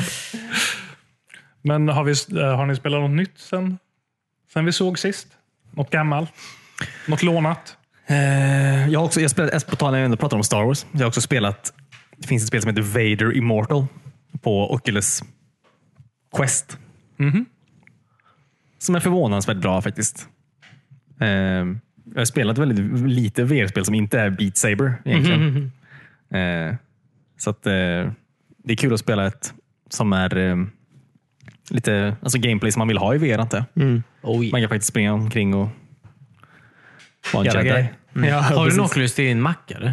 Men har ni spelat något nytt sen vi såg sist? Något gammalt? Något lånat? Jag har också spelat, på tal när jag ändå pratar om Star Wars, jag har också spelat, det finns ett spel som heter Vader Immortal på Oculus Quest. Som är förvånansvärt bra faktiskt. Jag har spelat väldigt lite VR-spel som inte är Beat Saber egentligen. Så att det är kul att spela ett som är lite alltså gameplay som man vill ha i VR, inte? Oh, yeah. Man kan faktiskt springa omkring och vara en Göra Jedi. grejer. Ja, Har du precis. en Oculus till din Mac eller?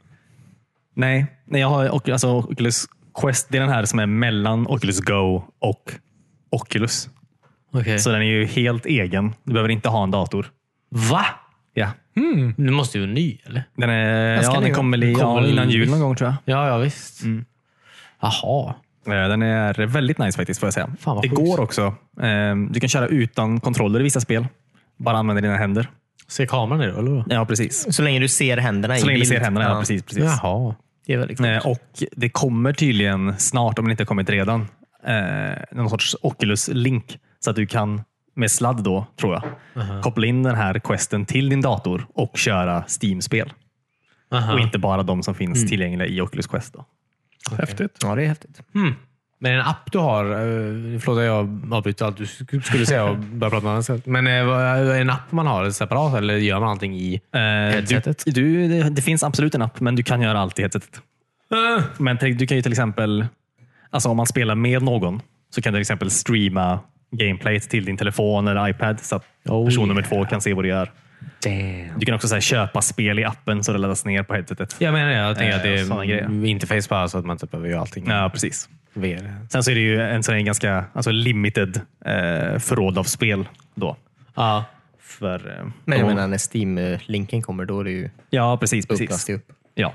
Nej, jag har Oculus Quest. Det är den här som är mellan Oculus Go och Oculus. Okej. Så den är ju helt egen. Du behöver inte ha en dator. Va? Ja. Du måste ju vara ny eller? Den är, ska den ny, kommer innan jul någon gång tror jag. Ja, visst. Jaha. Den är väldigt nice faktiskt får jag säga. Fan, vad det sjukt. går också. Du kan köra utan kontroller i vissa spel. Bara använda dina händer. Ser kameran det då? Eller? Ja, precis. Så länge du ser händerna Så i länge du bild. ser händerna. Ja, precis. Jaha. Det är väldigt coolt. Och det kommer tydligen snart, om det inte har kommit redan, någon sorts Oculus Link. Så att du kan med sladd då, tror jag, koppla in den här questen till din dator och köra Steam-spel. Och inte bara de som finns tillgängliga i Oculus Quest. Då. Häftigt. Ja, det är häftigt. Men en app du har, förlåt att jag avbryter allt du skulle säga och börja prata med annat. Men en app man har separat eller gör man allting i headsetet? Det finns absolut en app, men du kan göra allt i headsetet. Men du kan ju till exempel, alltså om man spelar med någon, så kan du till exempel streama gameplay till din telefon eller iPad så att person nummer 2 kan se vad du gör. Damn. Du kan också så här, köpa spel i appen så det laddas ner på headsetet. Jag menar det. Jag tänker att det såna grejer. är interface bara så att man typ behöver göra allting. Ja, precis. VR. Sen så är det ju en sån här ganska limited förråd av spel då. Ja. För, Men jag menar när Steam-linken kommer, då är det ju ja, precis. upplas det upp. Ja.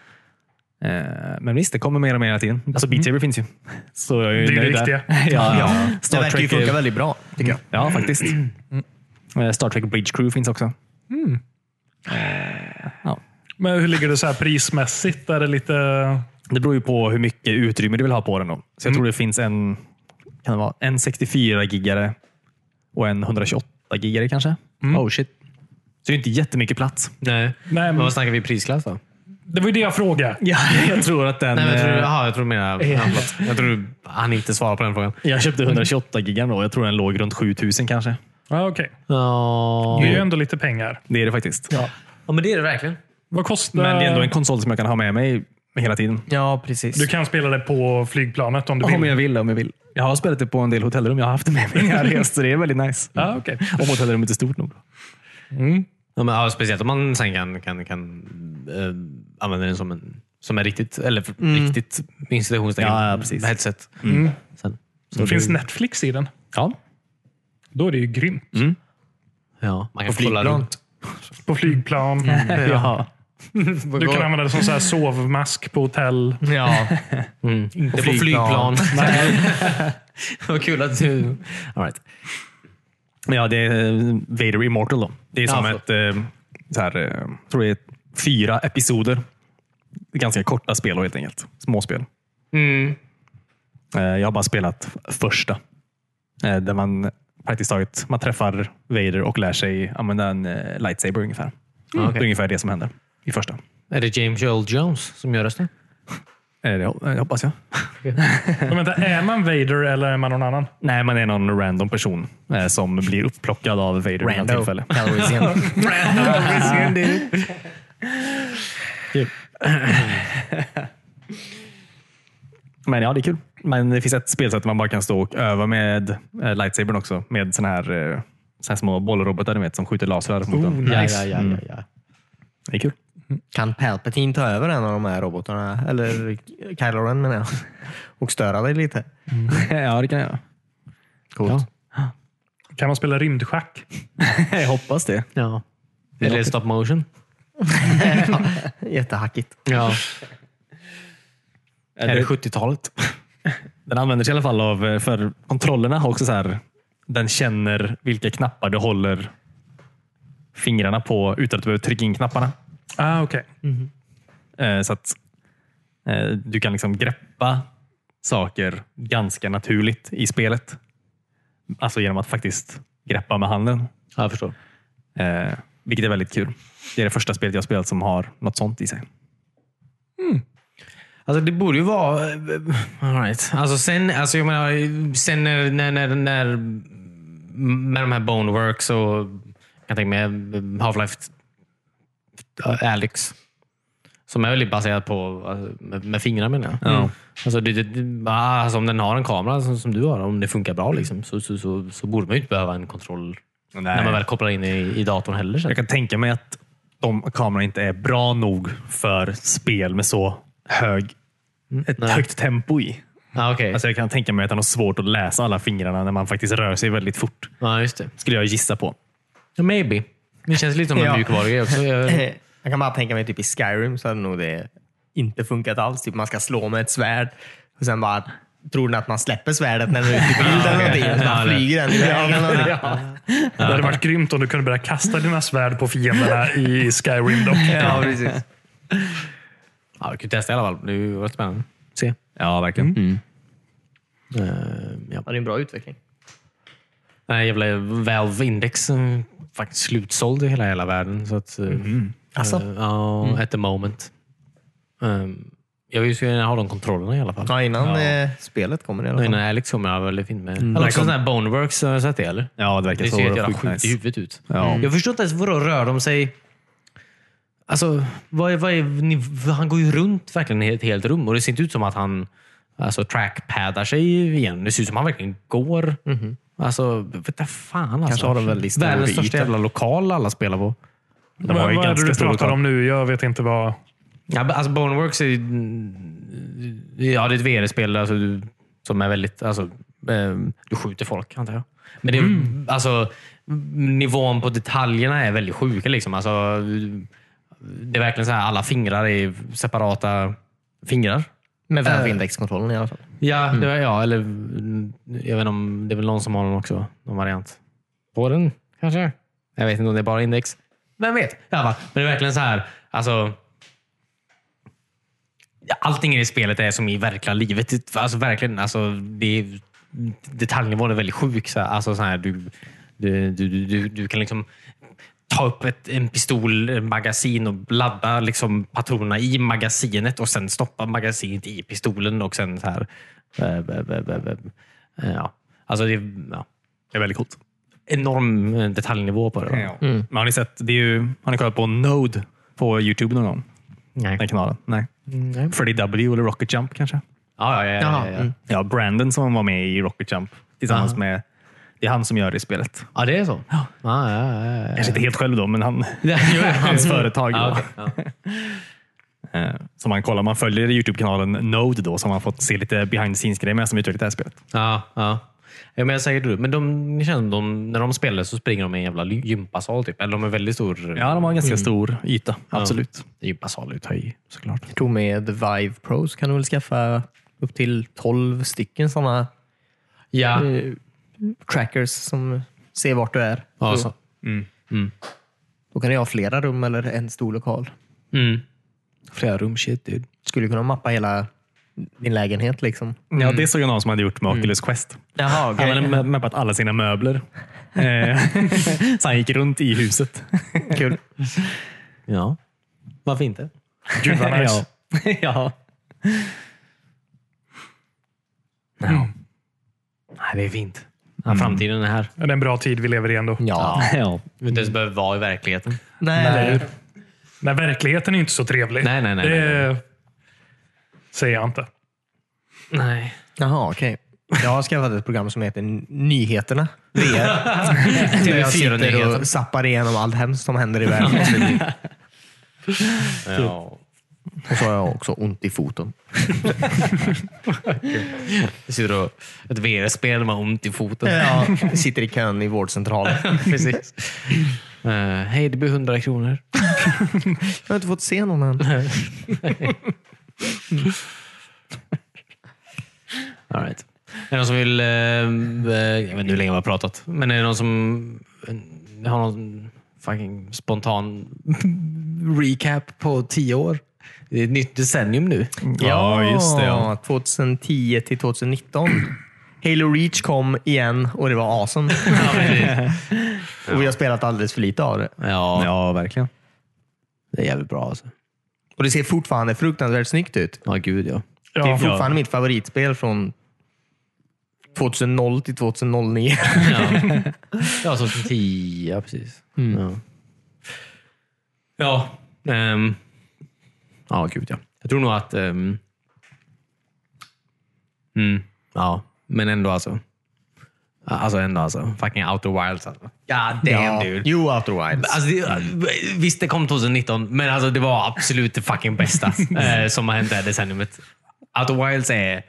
Men visst, det kommer mer och mer hela tiden. Alltså Beat Saber finns ju. Så jag är ju Det är nöjd det där. viktiga. Ja. Det Star verkar ju Trek, funka väldigt bra, tycker jag. ja, faktiskt. Star Trek Bridge Crew finns också. Ja. Men hur ligger det så här prismässigt? Är det lite... Det beror ju på hur mycket utrymme du vill ha på den. Då. Så jag tror det finns en 64-gigare och en 128-gigare kanske. Oh shit. Så det är inte jättemycket plats. Nej. men- Vad snackar vi prisklass då? Det var ju det jag frågade. Ja, jag tror att den... Nej, men jag tror jag tror han inte svarar på den frågan. jag köpte 128 gigan då. Jag tror den låg runt 7000 kanske. Ja, okej. Ja. Det är ju ändå lite pengar. Det är det faktiskt. Ja. Ja, men det är det verkligen. Vad kostar... Men det är ändå en konsol som jag kan ha med mig hela tiden. Ja, precis. Du kan spela det på flygplanet om du vill. Om jag vill. Jag har spelat det på en del hotellrum. Jag har haft det med mig när jag har rest, så det är väldigt nice. Ja, okej. Om hotellrummet är stort nog. Ja, men, speciellt om man sen kan använda den som är riktigt, eller riktigt institutionstecken Ja, precis. headset. Sen. Det finns Netflix i den. Ja. Då är det ju grymt. Ja, man kan På kolla flygplan. runt. På flygplan. Ja. Du kan använda det som så här sovmask på hotell. Ja. Inte på flygplan. Vad kul att du... All right. Ja, det är Vader Immortal då. Det är som ett så här, tror det är 4 episoder. Ganska korta spel helt enkelt. Småspel. Jag har bara spelat första. Där man praktiskt taget man träffar Vader och lär sig använda en lightsaber ungefär. Det är ungefär det som händer i första. Är det James Earl Jones som gör rösten? Det hoppas jag. Men vänta, är man Vader eller är man någon annan? Nej, man är någon random person som blir upplockad av Vader vid något tillfälle. Men ja, det är kul. Men det finns ett spelsätt man bara kan stå och öva med lightsabern också. Med såna här små bollrobotar som skjuter lasrar mot dem. Nice. Ja. Det är kul. Kan Palpatine ta över en av de här robotarna? Eller Kylo Ren menar jag. Och störa dig lite? Ja, det kan jag göra. Coolt. Ja. Kan man spela rymdschack? Jag hoppas det. Ja. Eller stop motion? Jättehackigt. Ja. Är det 70-talet? Den använder sig i alla fall av, för kontrollerna har också så här, den känner vilka knappar du håller fingrarna på utan att du behöver trycka in knapparna. Okej. Så att du kan liksom greppa saker ganska naturligt i spelet. Alltså genom att faktiskt greppa med handen. Ja, jag förstår. Vilket är väldigt kul. Det är det första spelet jag spelat som har något sånt i sig. Alltså det borde ju vara... All right. Alltså jag menar, sen när med de här Boneworks och jag tänker med Half-Life Alyx som är väldigt baserad på med fingrarna menar jag. Ja. Alltså om den har en kamera som du har, om det funkar bra liksom, så borde man ju inte behöva en kontroll när man väl kopplar in i datorn heller. Så. Jag kan tänka mig att de kamerorna inte är bra nog för spel med så högt tempo i. Okay. Alltså jag kan tänka mig att det är svårt att läsa alla fingrarna när man faktiskt rör sig väldigt fort. Ja, just det. Skulle jag gissa på. Maybe. Det känns lite som en mjukvaruгrej också. Jag kan bara tänka mig typ i Skyrim så hade nog det inte funkat alls. Typ man ska slå med ett svärd och sen bara tror den att man släpper svärdet när den är ute i bilden och så bara flyger den i vägen. Det hade varit grymt om du kunde börja kasta dina svärd på fienderna i Skyrim dock. Ja, precis. Ja, vi kan testa i alla fall. Det är ju väldigt spännande. Se. Ja, verkligen. Ja, det är en bra utveckling. Nej, jävla Valve Index faktiskt slutsåld i hela världen. Så att, at the moment. Jag vill ju gärna ha de kontrollerna i alla fall. Ja, innan spelet kommer i alla fall. Innan Alex kommer jag väldigt fint med. Eller också sådana här Boneworks, har du sett det eller? Ja, det verkar Det så ser jävla sjukt sjukt nice. i huvudet ut. Ja. Jag förstår inte ens vadå rör de sig. Alltså, han går ju runt verkligen i ett helt rum och det ser inte ut som att han trackpaddar sig igen. Det ser ut som att han verkligen går. Alltså, vet fan alltså. Kanske har de väldigt stor världens största yta. jävla lokal alla spelar på. Vad är det du pratar om nu? Jag vet inte vad... Ja, alltså Boneworks är det är ett VR-spel alltså, som är väldigt... Alltså, du skjuter folk, antar jag. Men det är, alltså, nivån på detaljerna är väldigt sjuka. Liksom. Alltså, det är verkligen så här, alla fingrar är separata fingrar. Med Valve-indexkontrollen i alla fall. Ja, eller jag vet inte om det är väl någon som har någon också. Någon variant på den, kanske. Jag vet inte om det är bara index. Vem vet? I alla fall. Men det är verkligen så här, alltså... Allting i det spelet är som i verkliga livet. Alltså verkligen, alltså detaljnivån är väldigt sjuk. Så här. Alltså så här, du kan liksom ta upp en pistolmagasin och ladda liksom patronerna i magasinet och sen stoppa magasinet i pistolen och sen så här. Ja. Alltså det är väldigt coolt. Enorm detaljnivå på det. Ja. Men har ni sett, har ni kollat på Node på YouTube någon gång? Nej. Den kanalen? Nej. Freddie W eller Rocket Jump kanske? Ja, Brandon som var med i Rocket Jump tillsammans med, det är han som gör det i spelet. Ja, det är så. Ja. Kanske inte helt själv då, men hans företag. Som man följer YouTube-kanalen Node då, som man fått se lite behind the scenes-grejer med som utvecklat det här spelet. Ja. Ja, men jag säger du. Men ni känner när de spelar så springer de i en jävla gympasal typ. Eller de är väldigt stor. Ja, de har en ganska stor yta. Absolut. Gympasal ut höj såklart. Jag tror med Vive Pro så kan du väl skaffa upp till 12 stycken sådana trackers som ser vart du är. Ja, så. Då kan du ha flera rum eller en stor lokal. Flera rum, shit dude. Skulle kunna mappa hela din lägenhet liksom. Ja, det såg jag någon som hade gjort med Oculus Quest. Jaha, okay. Han hade mappat alla sina möbler. Så han gick runt i huset. Kul. Ja, varför inte? Gud vad nice. Ja. Nej, det är fint. Ja, framtiden är här. Det är en bra tid vi lever i ändå. Ja. Vi inte ens behöver vara i verkligheten. Nej. Men verkligheten är inte så trevlig. Nej. Det säger jag inte. Nej. Jaha, okej. Jag har skaffat ett program som heter Nyheterna. VR. Där jag sitter och zappar igenom allt hemskt som händer i världen. Ja. Och så har jag också ont i foten. Det sitter och ett VR-spel med ont i foten. Ja, sitter i kön i vårdcentralen. Precis. Hej, det blir 100 kronor. Jag har inte fått se någon än. All right. Är det någon som vill... jag vet inte hur länge vi har pratat. Men är det någon som har någon fucking spontan recap på 10 år? Det är ett nytt decennium nu. Ja, just det. Ja. 2010 till 2019. Halo Reach kom igen och det var awesome. Och vi har spelat alldeles för lite av det. Ja, verkligen. det är jävligt bra alltså. Och det ser fortfarande fruktansvärt snyggt ut. Ja, gud ja. Det är fortfarande mitt favoritspel från 2000 till 2009. Ja, så 10, ja, precis. Ja. Ja, gud ja. Jag tror nog att... ja, men ändå alltså. Fucking Outer Wilds alltså. God damn dude. You Outer Wilds. Alltså, visst, det kom 2019, men alltså, det var absolut det fucking bästa som har hänt det här decenniumet. Outer Wilds är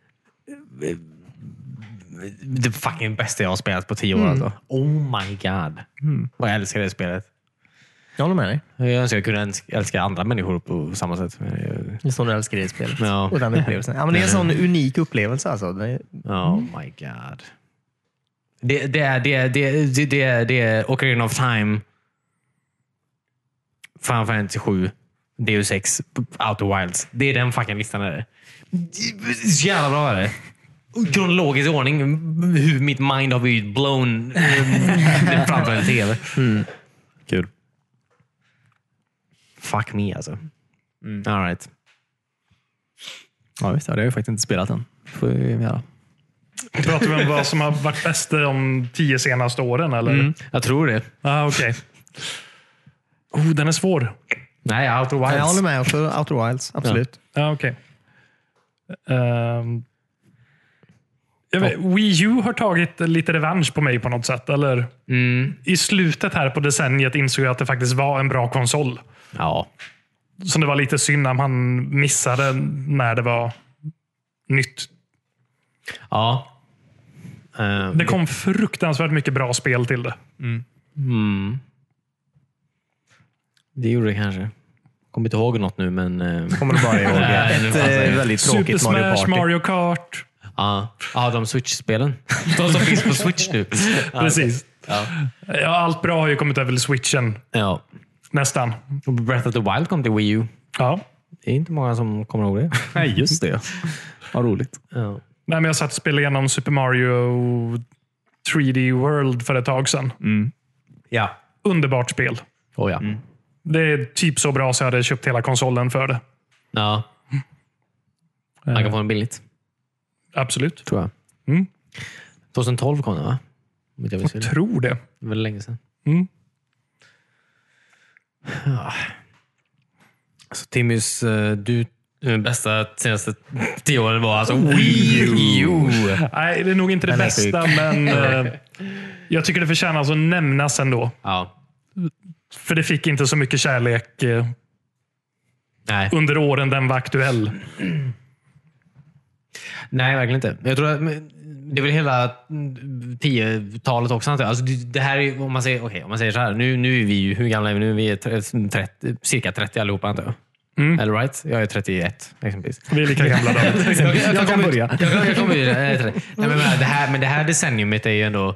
det fucking bästa jag har spelat på 10 år. Alltså. Oh my god. Vad jag älskar det spelet. Jag håller med dig. Jag önskar jag kunde älska andra människor på samma sätt. Det är så du älskar det spelet. Ja. Och den upplevelsen. Ja, men det är en sån unik upplevelse. Alltså. Oh my god. Det är Ocarina of Time, Final Fantasy 7, Deus Ex, Outer Wilds. Det är den fucking listan. Är det. Så jävla bra är det. Kronologisk ordning. Hur mitt mind har blivit blown framför en tv. Kul. Fuck me alltså. All right. Ja, visst. Det har jag faktiskt inte spelat än. Får vi göra. Pratar vi om vad som har varit bäst de 10 senaste åren? Eller? Jag tror det. Okej. Den är svår. Nej, Outer Wilds. Jag håller med också. Outer Wilds, absolut. Ja, okej. Wii U har tagit lite revansch på mig på något sätt. Eller? I slutet här på decenniet insåg jag att det faktiskt var en bra konsol. Ja. Så det var lite synd om han missade när det var nytt. Ja. Det kom fruktansvärt mycket bra spel till det. Det gjorde det kanske. Kommer inte ihåg något nu, men... Kommer du bara ihåg ett väldigt Super tråkigt Mario Smash, Party. Mario Kart. Ja, de Switch-spelen. De som finns på Switch nu. Precis. Ja. Ja, allt bra har ju kommit över till Switchen. Ja. Nästan. Breath of the Wild kom till Wii U. Ja. Det är inte många som kommer ihåg det. Nej, just det. Vad roligt. Ja. Nej, men jag satt och spelade igenom Super Mario 3D World för ett tag sedan. Ja. Underbart spel. Oh, ja. Det är typ så bra så jag hade köpt hela konsolen för det. Ja. Man kan få den billigt, Absolut. tror jag. 2012 kom den, va? Jag tror det. Det var väldigt länge sedan. Ja. Så Timmys bästa senaste 10 åren var alltså Wii U. Nej, det är nog inte det bästa, men jag tycker det förtjänar att nämnas ändå. Ja. För det fick inte så mycket kärlek Nej. under åren den var aktuell. Nej, verkligen inte. Jag tror att det är väl hela 10-talet också. Alltså, det här är, om man säger så här, nu är vi ju, hur gamla är vi nu? Vi är cirka 30 allihopa, antar jag. Eller right? Jag är 31 exempelvis. Vi är lika gamla då. Jag kan börja. Jag kommer ju. Men det här decenniumet är ju ändå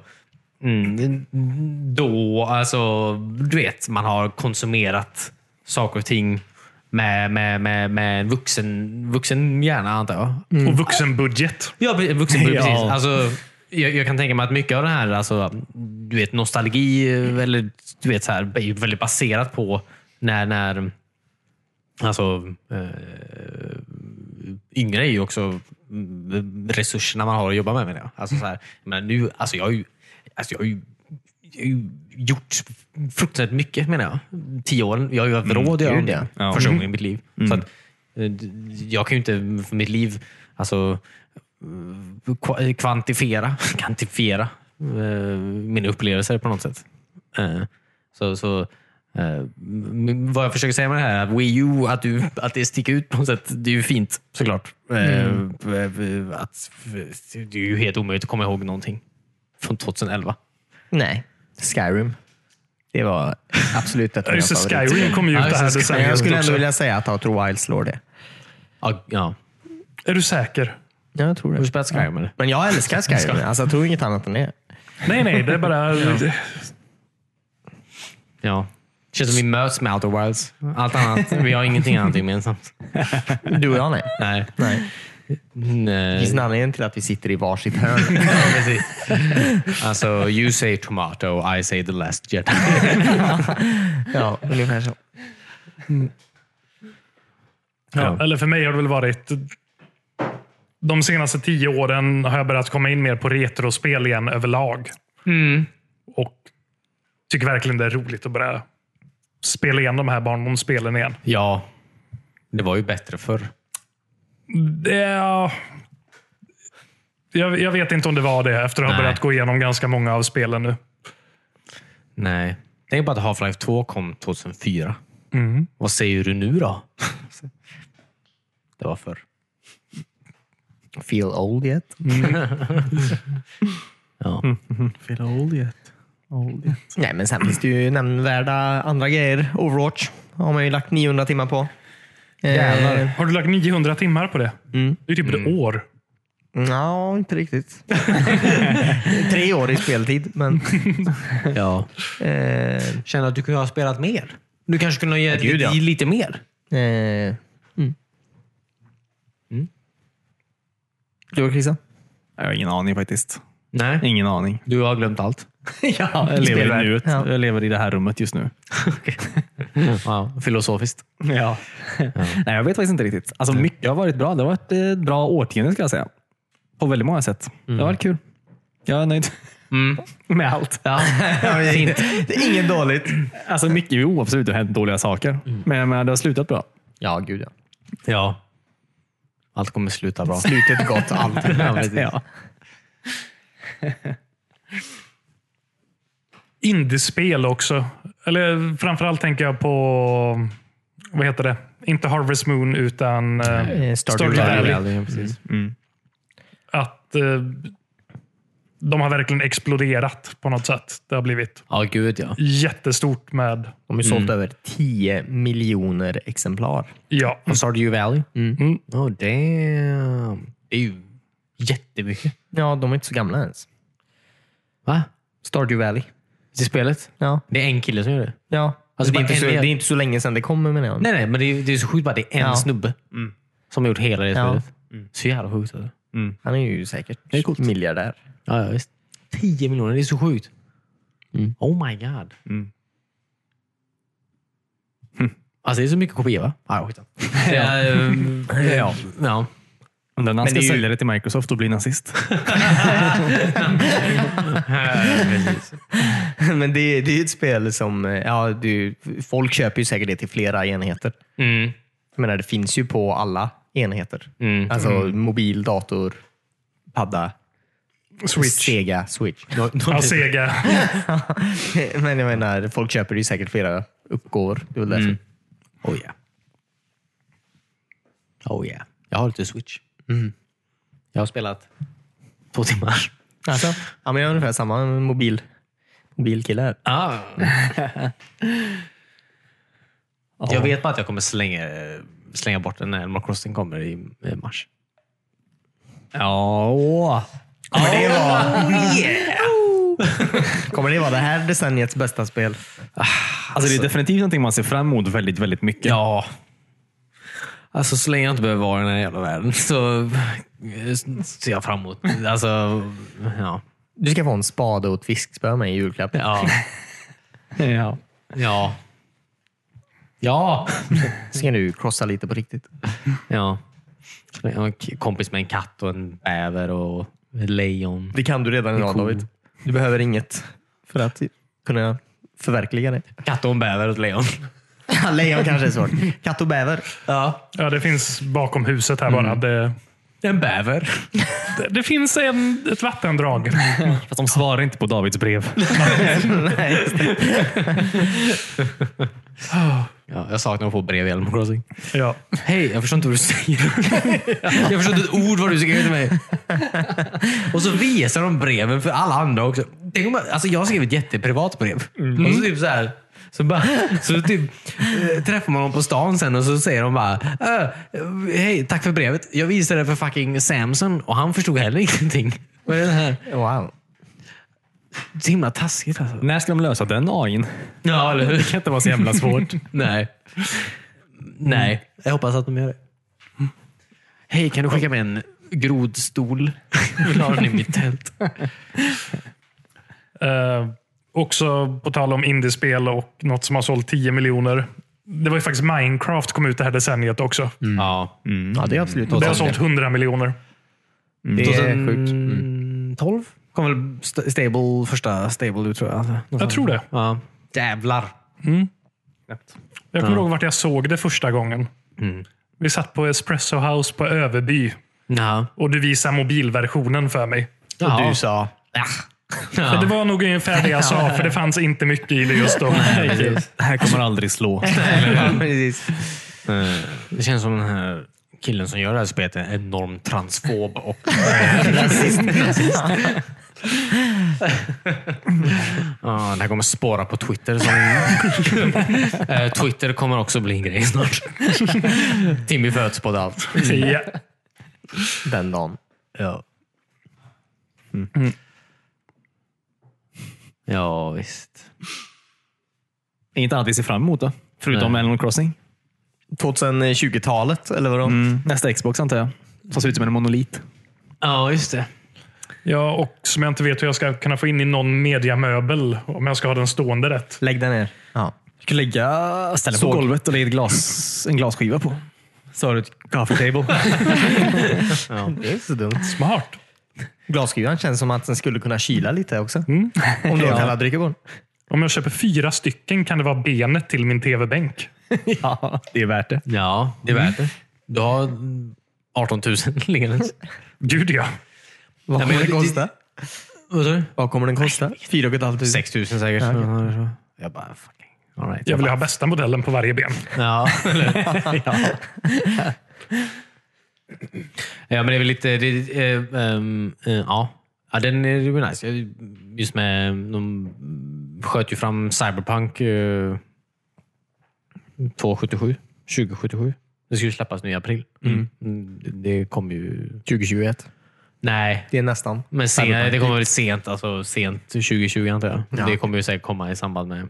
då, alltså, du vet, man har konsumerat saker och ting med vuxen hjärna, antar jag. Och vuxenbudget. Ja, vuxenbudget, precis. Ja. Alltså, jag kan tänka mig att mycket av det här, alltså, du vet, nostalgi, eller du vet, så här, är ju väldigt baserat på när alltså, yngre är ju också resurserna man har att jobba med det. Alltså, så här, men nu, alltså, jag har ju gjort fruktansvärt mycket, menar jag. 10 år. Jag har ju haft råd att göra det första gången i mitt liv. Så att, jag kan ju inte för mitt liv alltså, kvantifiera mina upplevelser på något sätt. Vad jag försöker säga med det här, Wii U, att det sticker ut på något sätt, det är ju fint, såklart. Att det är ju helt omöjligt att komma ihåg någonting från 2011. Nej, Skyrim. Det var absolut ett av mina favoriter. Skyrim kom ju ut det här decenniet. Jag skulle ändå också. vilja säga att Outer Wilds slår det. Ja. Är du säker? Ja, jag tror Har du det. spelat Skyrim eller? Men jag älskar Skyrim. Alltså, jag tror inget annat än det. Nej, det är bara... Ja. Det känns som vi möts med Outer Wilds. Allt annat. Vi har ingenting annat gemensamt. Du och jag, nej. Nej. Nej. Det finns en anledning till att vi sitter i varsitt hörn. Ja, precis. Alltså, you say tomato, I say the last Jedi. Ja, ungefär så. Ja, eller för mig har det väl varit... De senaste 10 åren har jag börjat komma in mer på retrospel igen överlag. Och tycker verkligen det är roligt att börja spela igen de här barndomsspelen igen. Ja, det var ju bättre förr. Jag vet inte om det var det efter att ha börjat gå igenom ganska många av spelen nu. Nej. Tänk bara att Half-Life 2 kom 2004. Vad säger du nu då? Det var förr. Feel old yet? Ja. Feel old yet. Nej, men sen finns det ju nämnvärda andra grejer. Overwatch har man ju lagt 900 timmar på. Jävlar. Har du lagt 900 timmar på det? Det är typ ett år. Ja, inte riktigt. 3 år i speltid, men... Ja. Känner att du kunde ha spelat mer. Du kanske kunde ha gett lite mer. Du och Christian? Jag har ingen aning faktiskt. Nej. Ingen aning. Du har glömt allt. Ja, Jag lever i nuet. Ja. Jag lever i det här rummet just nu. Wow. Filosofiskt. Ja. Nej, jag vet faktiskt inte riktigt. Alltså, mycket har varit bra. Det har varit ett bra årtionde, ska jag säga. På väldigt många sätt. Det har varit kul. Jag är nöjd med allt. Ja. Fint. Det är inget dåligt. Alltså, mycket, jo, absolut, det har hänt dåliga saker. Men det har slutat bra. Ja, gud ja. Ja. Allt kommer sluta bra. Slutet gott, allt. Ja. Indiespel också. Eller framförallt tänker jag på... Vad heter det? Inte Harvest Moon utan Stardew Valley. Precis. Att de har verkligen exploderat på något sätt. Det har blivit Ja, gud ja. jättestort med... De har ju sålt över 10 miljoner exemplar. Ja. Och Stardew Valley? Oh, damn. Det är ju jättemycket. Ja, de är inte så gamla ens. Va? Stardew Valley. Till spelet? Ja. Det är en kille som gör det. Ja. Alltså, det, är bara inte så, en- det är inte så länge sedan det kommer, menar jag. Nej, men det är så sjukt bara. Det är en Ja. snubbe som har gjort hela det Ja. spelet. Så jävla sjukt. Alltså. Han är ju säkert miljardär. Ja, visst. 10 miljoner, det är så sjukt. Oh my god. Alltså det är så mycket kopior, va? Ja, skit. Ja. Undrar när han ska det är ju- sälja det till Microsoft och bli nazist. Men det är ju ett spel som... folk köper ju säkert det till flera enheter. Jag menar, det finns ju på alla enheter. Alltså mobil, dator, padda, Switch. Sega, Switch. Ja, Sega. Men jag menar, folk köper ju säkert flera uppgåvor. Det är väl därför. Oh yeah. Jag har lite Switch. Jag har spelat 2 timmar. Alltså, ja, men jag är ungefär samma mobilkille här. Jag vet bara att jag kommer slänga bort den när Animal Crossing kommer i mars. Ja. Kommer det vara det här decenniets bästa spel? Alltså, det är definitivt någonting man ser fram emot väldigt, väldigt mycket. Ja. Alltså så länge jag inte behöver vara i den här jävla världen så ser jag fram emot. Alltså, ja. Du ska få en spade och ett fiskspö med i julklapp. Ja. Ja. Ja. Ja. Ska du krossa lite på riktigt. Ja. Jag har en kompis med en katt och en bäver och ett lejon. Det kan du redan idag, David. Du behöver inget för att kunna förverkliga det. Katt och en bäver och ett lejon. Lejon kanske är svårt. Katt och bäver. Ja. Ja, det finns bakom huset här bara. En bäver. Det finns ett vattendrag. Fast de svarar inte på Davids brev. Ja, jag saknar att få brev i Animal Crossing. Ja. Hej, jag förstår inte vad du säger. Jag förstår inte ett ord vad du skrev till mig. Och så visar de breven för alla andra också. Tänk om, alltså jag skrev ett jätteprivat brev. Och så typ så här. Så typ, träffar man dem på stan sen och så säger de bara hej, tack för brevet. Jag visade det för fucking Samson och han förstod heller ingenting. Vad är det här? Wow. Så himla taskigt alltså. När ska de lösa den AI:n? Ja, eller hur? Det kan inte vara så jävla svårt. Nej, jag hoppas att de gör det. Hej, kan du skicka med en grodstol? Jag vill ha den i mitt tält. Också på tal om indiespel och något som har sålt 10 miljoner. Det var ju faktiskt Minecraft kom ut det här decenniet också. Ja. Ja, det är absolut. Det har sålt 100 miljoner. Det är sjukt. 12? Kom väl första stable ut tror jag. Jag tror det. Ja. Jävlar. Jag kommer ihåg vart jag såg det första gången. Vi satt på Espresso House på Överby. Ja. Och du visade mobilversionen för mig. Och du sa... För det var nog ungefär det jag sa, för det fanns inte mycket i det just då. Det här kommer aldrig slå. Det känns som den här killen som gör det här spelet är enormt transfob och rasist. Det här kommer spåra på Twitter. Twitter kommer också bli en grej snart. Timmy föds på det allt. Ja. Den dagen. Ja. Ja, visst. Inget annat vi ser fram emot då? Förutom Animal Crossing? 2020-talet, eller vadå? Nästa Xbox antar jag. Som ser ut som en monolit. Ja, just det. Ja, och som jag inte vet hur jag ska kunna få in i någon mediamöbel om jag ska ha den stående rätt. Lägg den ner. Ja. Du kan ställa på golvet och lägga en glasskiva på. Så har du ett coffee table. Ja, det är inte så dumt. Smart. Glasskruvan känns som att den skulle kunna kyla lite också. Om du har kalla drycker på den. Om jag köper 4 stycken kan det vara benet till min tv-bänk. Ja, det är värt det. Ja, det är värt det. Du har 18 000 liggandes. Gud ja. Vad kommer den kosta? Vad sa du? Vad kommer den kosta? 4 500. 6 000 säkert. Jag bara, fucking. All right. Jag vill ha bästa modellen på varje ben. Ja. Ja, men det är väl lite... Ja, den är ju nice. Just med... De sköt ju fram Cyberpunk 2077. Det skulle släppas nu i april. Det kommer ju... 2021. Nej. Det är nästan. Men det kommer väl sent. Alltså sent 2020 antar jag. Ja. Det kommer ju säkert komma i samband med...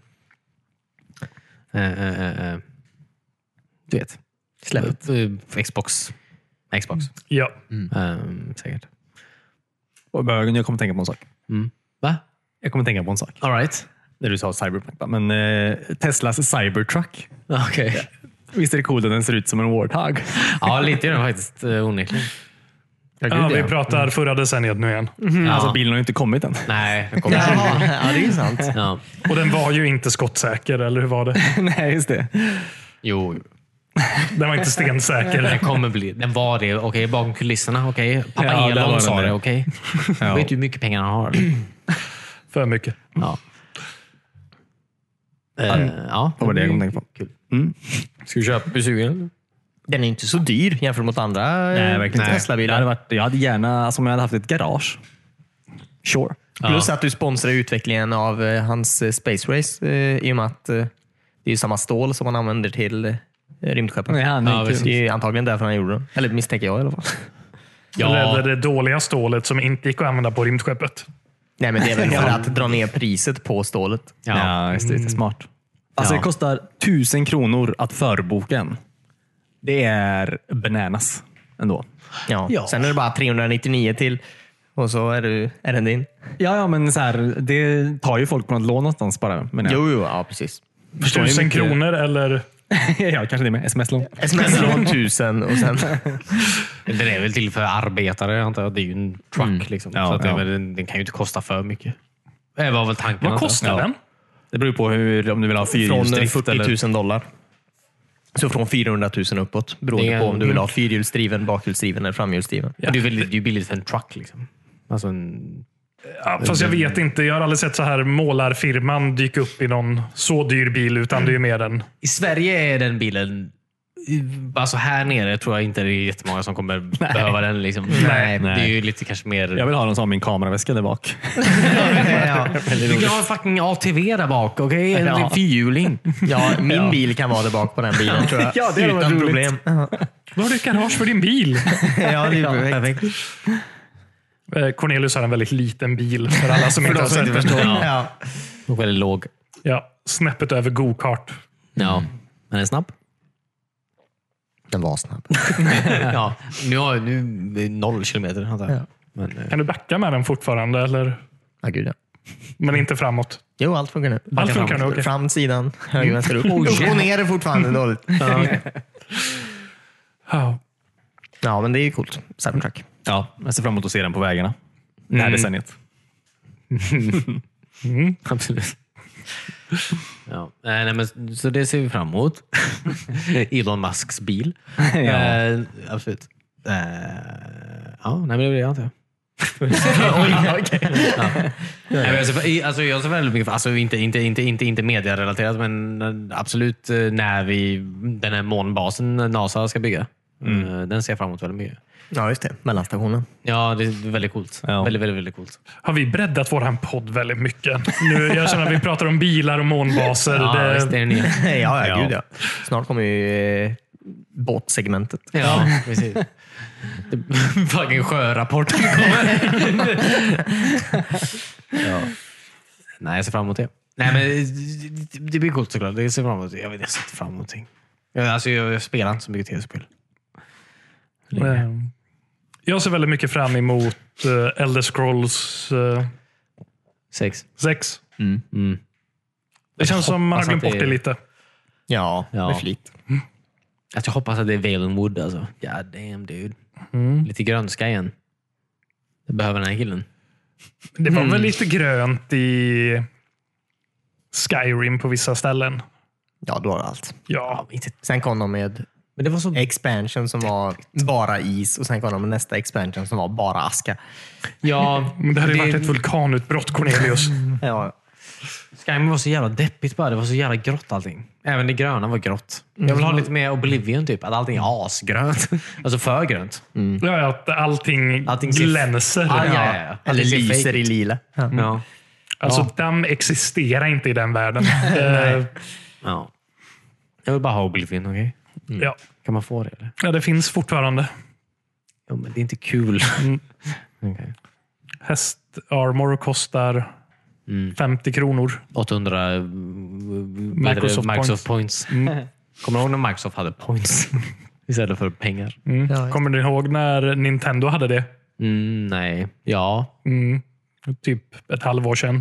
du vet. Släppet. Xbox. Ja. Säkert. Och bögen, jag kommer tänka på en sak. Va? Jag kommer tänka på en sak. All right. När du sa Cyberpunk. Men Teslas Cybertruck. Okej. Visst är det coolt att den ser ut som en Warthog? Ja, lite är den faktiskt onekligen. Ja, vi pratar förra decenniet nu igen. Alltså bilen har ju inte kommit än. Nej, den kommer Ja, det är ju sant. Ja. Och den var ju inte skottsäker, eller hur var det? Nej, just det. Jo, Den var inte stensäker. den kommer bli. Den var det. Okej, bakom kulisserna. Okej. Pappa Ja, där var Elon den sa det. det. Okej. Ja. Vet du hur mycket pengar han har? För mycket. Ja. Ja. Vad var det jag kom tänka på? Kul. Ska vi köpa? Är du sugen? Den är inte så dyr jämfört mot andra Tesla-bilar. Jag hade gärna, alltså om jag hade haft ett garage. Sure. Plus att du sponsrar utvecklingen av hans Space Race i och med att det är ju samma stål som man använder till rymdskeppen. Det är antagligen därför han gjorde det. Eller misstänker jag i alla fall. Eller det dåliga stålet som inte gick att använda på rymdskeppet. Nej, men det är väl för att dra ner priset på stålet. Ja, just det. Det är smart. Alltså det kostar 1000 kronor att förboka en. Det är bananas ändå. Ja. Sen är det bara 399 till och så är den din. Ja, men så här, det tar ju folk på något lån någonstans bara. Men Jo, ja, precis. 1000 kronor eller? Ja, kanske det med sms-lån. Sms-lån 1000 och sen... Den är väl till för arbetare, antar jag. Det är ju en truck. Liksom. Så att den kan ju inte kosta för mycket. Det var väl tanken. Vad kostar den? Det beror på om du vill ha fyrhjulsdrift. Från $40,000. Så från 400 000 uppåt. Beroende på om du vill ha fyrhjulsdriven, bakhjulsdriven eller framhjulsdriven. Ja. Det är ju billigt för en truck. Liksom. Alltså fast jag vet inte. Jag har aldrig sett så här målarfirman dyka upp i någon så dyr bil, utan det är mer den. I Sverige är den bilen... Alltså här nere tror jag inte det är jättemånga som kommer behöva den. Liksom. Nej. Det är ju lite kanske mer... Jag vill ha den som min kameraväska där bak. Du kan ha en fucking ATV där bak, okej? En fyrhjuling. Ja, min bil kan vara där bak på den bilen, tror jag. Det utan problem. Vad har du garage för din bil? Ja, det är perfekt. Cornelius har en väldigt liten bil för alla som inte har sett den. Ja. Och väldigt låg. Ja, snäppet över go-kart. Ja, men är snabb. Den var snabb. Ja, nu 0 kilometer. Men, Kan du backa med den fortfarande? Eller? Ja, gud ja. Men inte framåt? Jo, allt funkar nu. Allt funkar nu, okej. Fram, sidan, höger, vänster, upp. Upp och ner är fortfarande dåligt. Ja, men det är coolt. Cybertruck. Ja, jag ser fram emot att se den på vägarna. Det här decenniet. absolut. Ja, nej, men, så det ser vi fram emot. Elon Musks bil. Absolut. Ja, nej, men det blir det antar jag. Jag ser väldigt mycket, alltså inte medierelaterat, men absolut när den här månbasen NASA ska bygga. Den ser jag fram emot väldigt mycket. Ja, just det. Mellanstationen. Ja, det är väldigt coolt. Ja. Väldigt coolt. Har vi breddat våran podd väldigt mycket? Nu, jag känner att vi pratar om bilar och månbaser. Ja, visst är det nya. Ja, gud ja. Snart kommer ju båtsegmentet. Ja, precis. Fucking sjörapporten kommer. Ja. Nej, jag ser fram emot det. Nej, men det blir coolt såklart. Jag ser fram emot det. Jag ser fram emot det. Jag spelar inte så mycket tv-spel. Jag ser väldigt mycket fram emot Elder Scrolls 6. Det känns som man har glömt bort det lite. Ja, med flit. Jag hoppas att det är Valen Wood. Alltså. God damn, dude. Lite grönska igen. Det behöver den här killen. Det var väl lite grönt i Skyrim på vissa ställen. Ja, då har allt. Ja. Sen kom de med Men det var så... expansion som var bara is och sen kom de med nästa expansion som var bara aska. Ja, Men det hade ju varit ett vulkanutbrott, Cornelius. Ja. Skyrim var så jävla deppigt bara. Det var så jävla grått allting. Även det gröna var grått. Jag vill ha lite mer Oblivion typ. Att allting är asgrönt. Alltså för grönt. Ja, att allting glänser. Ja. Eller lyser i lila. Ja. Alltså, damm existerar inte i den världen. Ja. Jag vill bara ha Oblivion, okej? Ja. Kan man få det eller? Ja, det finns fortfarande. Jo, men det är inte kul. Okay. Hästarmor kostar 50 kronor. 800 Microsoft points. Kommer du ihåg när Microsoft hade points istället för pengar? Kommer ni ihåg när Nintendo hade det? Nej. Ja. Typ ett halvår sedan.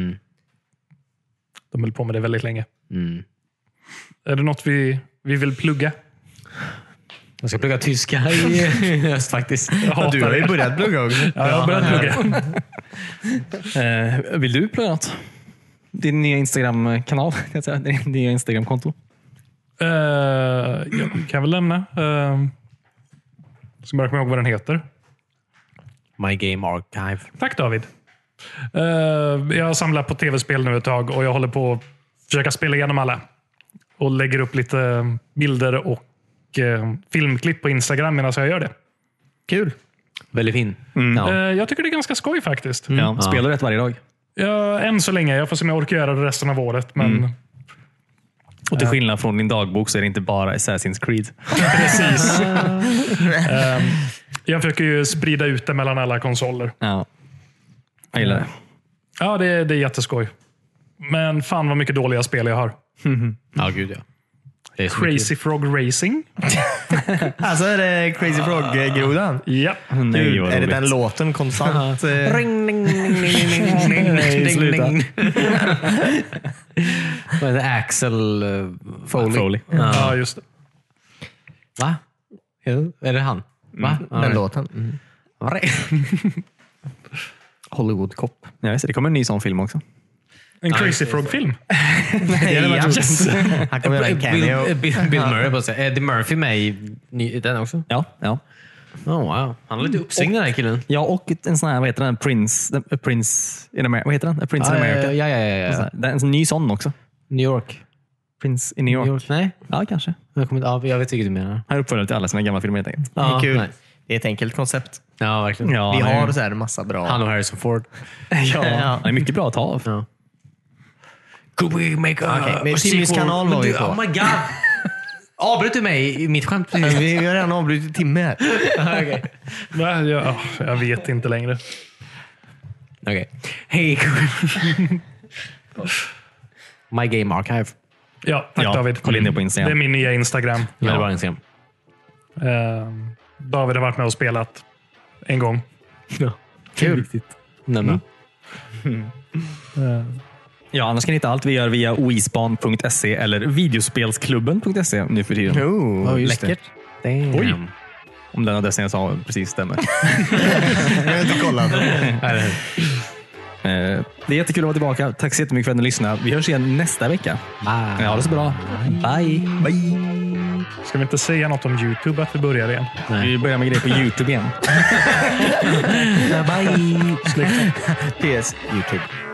De höll på med det väldigt länge. Är det något vi vill plugga? Jag ska plugga tyska i höst faktiskt. Du har ju börjat plugga också. Ja, jag har börjat plugga. Vill du plugga något? Din nya Instagram-kanal? Din nya Instagram-konto? Jag kan väl lämna. Ska bara komma ihåg vad den heter. My Game Archive. Tack David. Jag har samlat på tv-spel nu ett tag och jag håller på att försöka spela igenom alla. Och lägger upp lite bilder och filmklipp på Instagram medan jag gör det. Kul. Väldigt fin. Jag tycker det är ganska skoj faktiskt. Ja, spelar rätt varje dag. Ja, än så länge. Jag får se om jag orkar göra det resten av året. Men Och till skillnad från din dagbok så är det inte bara Assassin's Creed. precis. Jag försöker ju sprida ut det mellan alla konsoler. Ja. Jag gillar det. Ja, det är jätteskoj. Men fan vad mycket dåliga spel jag har. Ja, gud ja. Det är så Crazy Frog Racing. Alltså är det Crazy Frog-grodan? Ja. Nej, vad Är det roligt. den låten konstant? Ring, ding, ding, ding, ding, ding, Nej, ding, sluta. ding. Vad är det? Axel Foley. Ja, just det. Va? Är det han? Va? Den låten. Hollywood Cop. Ja, just det. Det kommer en ny sån film också. En Crazy Frog-film. Yes. Han kommer göra en cameo. Bill Murray på sig. Eddie Murphy med i den också? Ja. Oh, wow. Han har lite uppsving den här killen. Ja, och en sån här, vad heter den? Prince in America. Vad heter den? A Prince in America. Ja. Det är en ny sån också. New York. Prince in New York. Nej, Ja, kanske. jag vet inte vilket du menar. Han uppföljer till alla sina gamla filmer helt enkelt. Det är kul. nice. Det är ett enkelt koncept. Ja, verkligen. Ja, Vi han är- har så här massa bra... Han och Harrison Ford. Ja, det är mycket bra att ta av. Ja. Could we make Okej, men Jimmys kanal var vi på. Oh my god! Avbröt du mig i mitt skämt? Vi har redan avbrutit timme här. Va? Jag vet inte längre. Okej. Hej. My Game Archive. Ja, tack Ja, David. kolla in det på Instagram. Det är min nya Instagram. Väldigt bra Instagram. David har varit med och spelat en gång. Kul. Nej. Ja, annars kan ni hitta allt vi gör via oispan.se eller videospelsklubben.se nu för tiden. Oh, läckert. Oj. Om den adressen jag sa precis stämmer. Jag har inte kollat. Det är jättekul att vara tillbaka. Tack så jättemycket för att ni lyssnade. Vi hörs igen nästa vecka. Bye. Ja, det är så bra. Bye. Ska vi inte säga något om YouTube att vi börjar igen? Vi börjar med grejer på YouTube igen. Bye. PS, YouTube.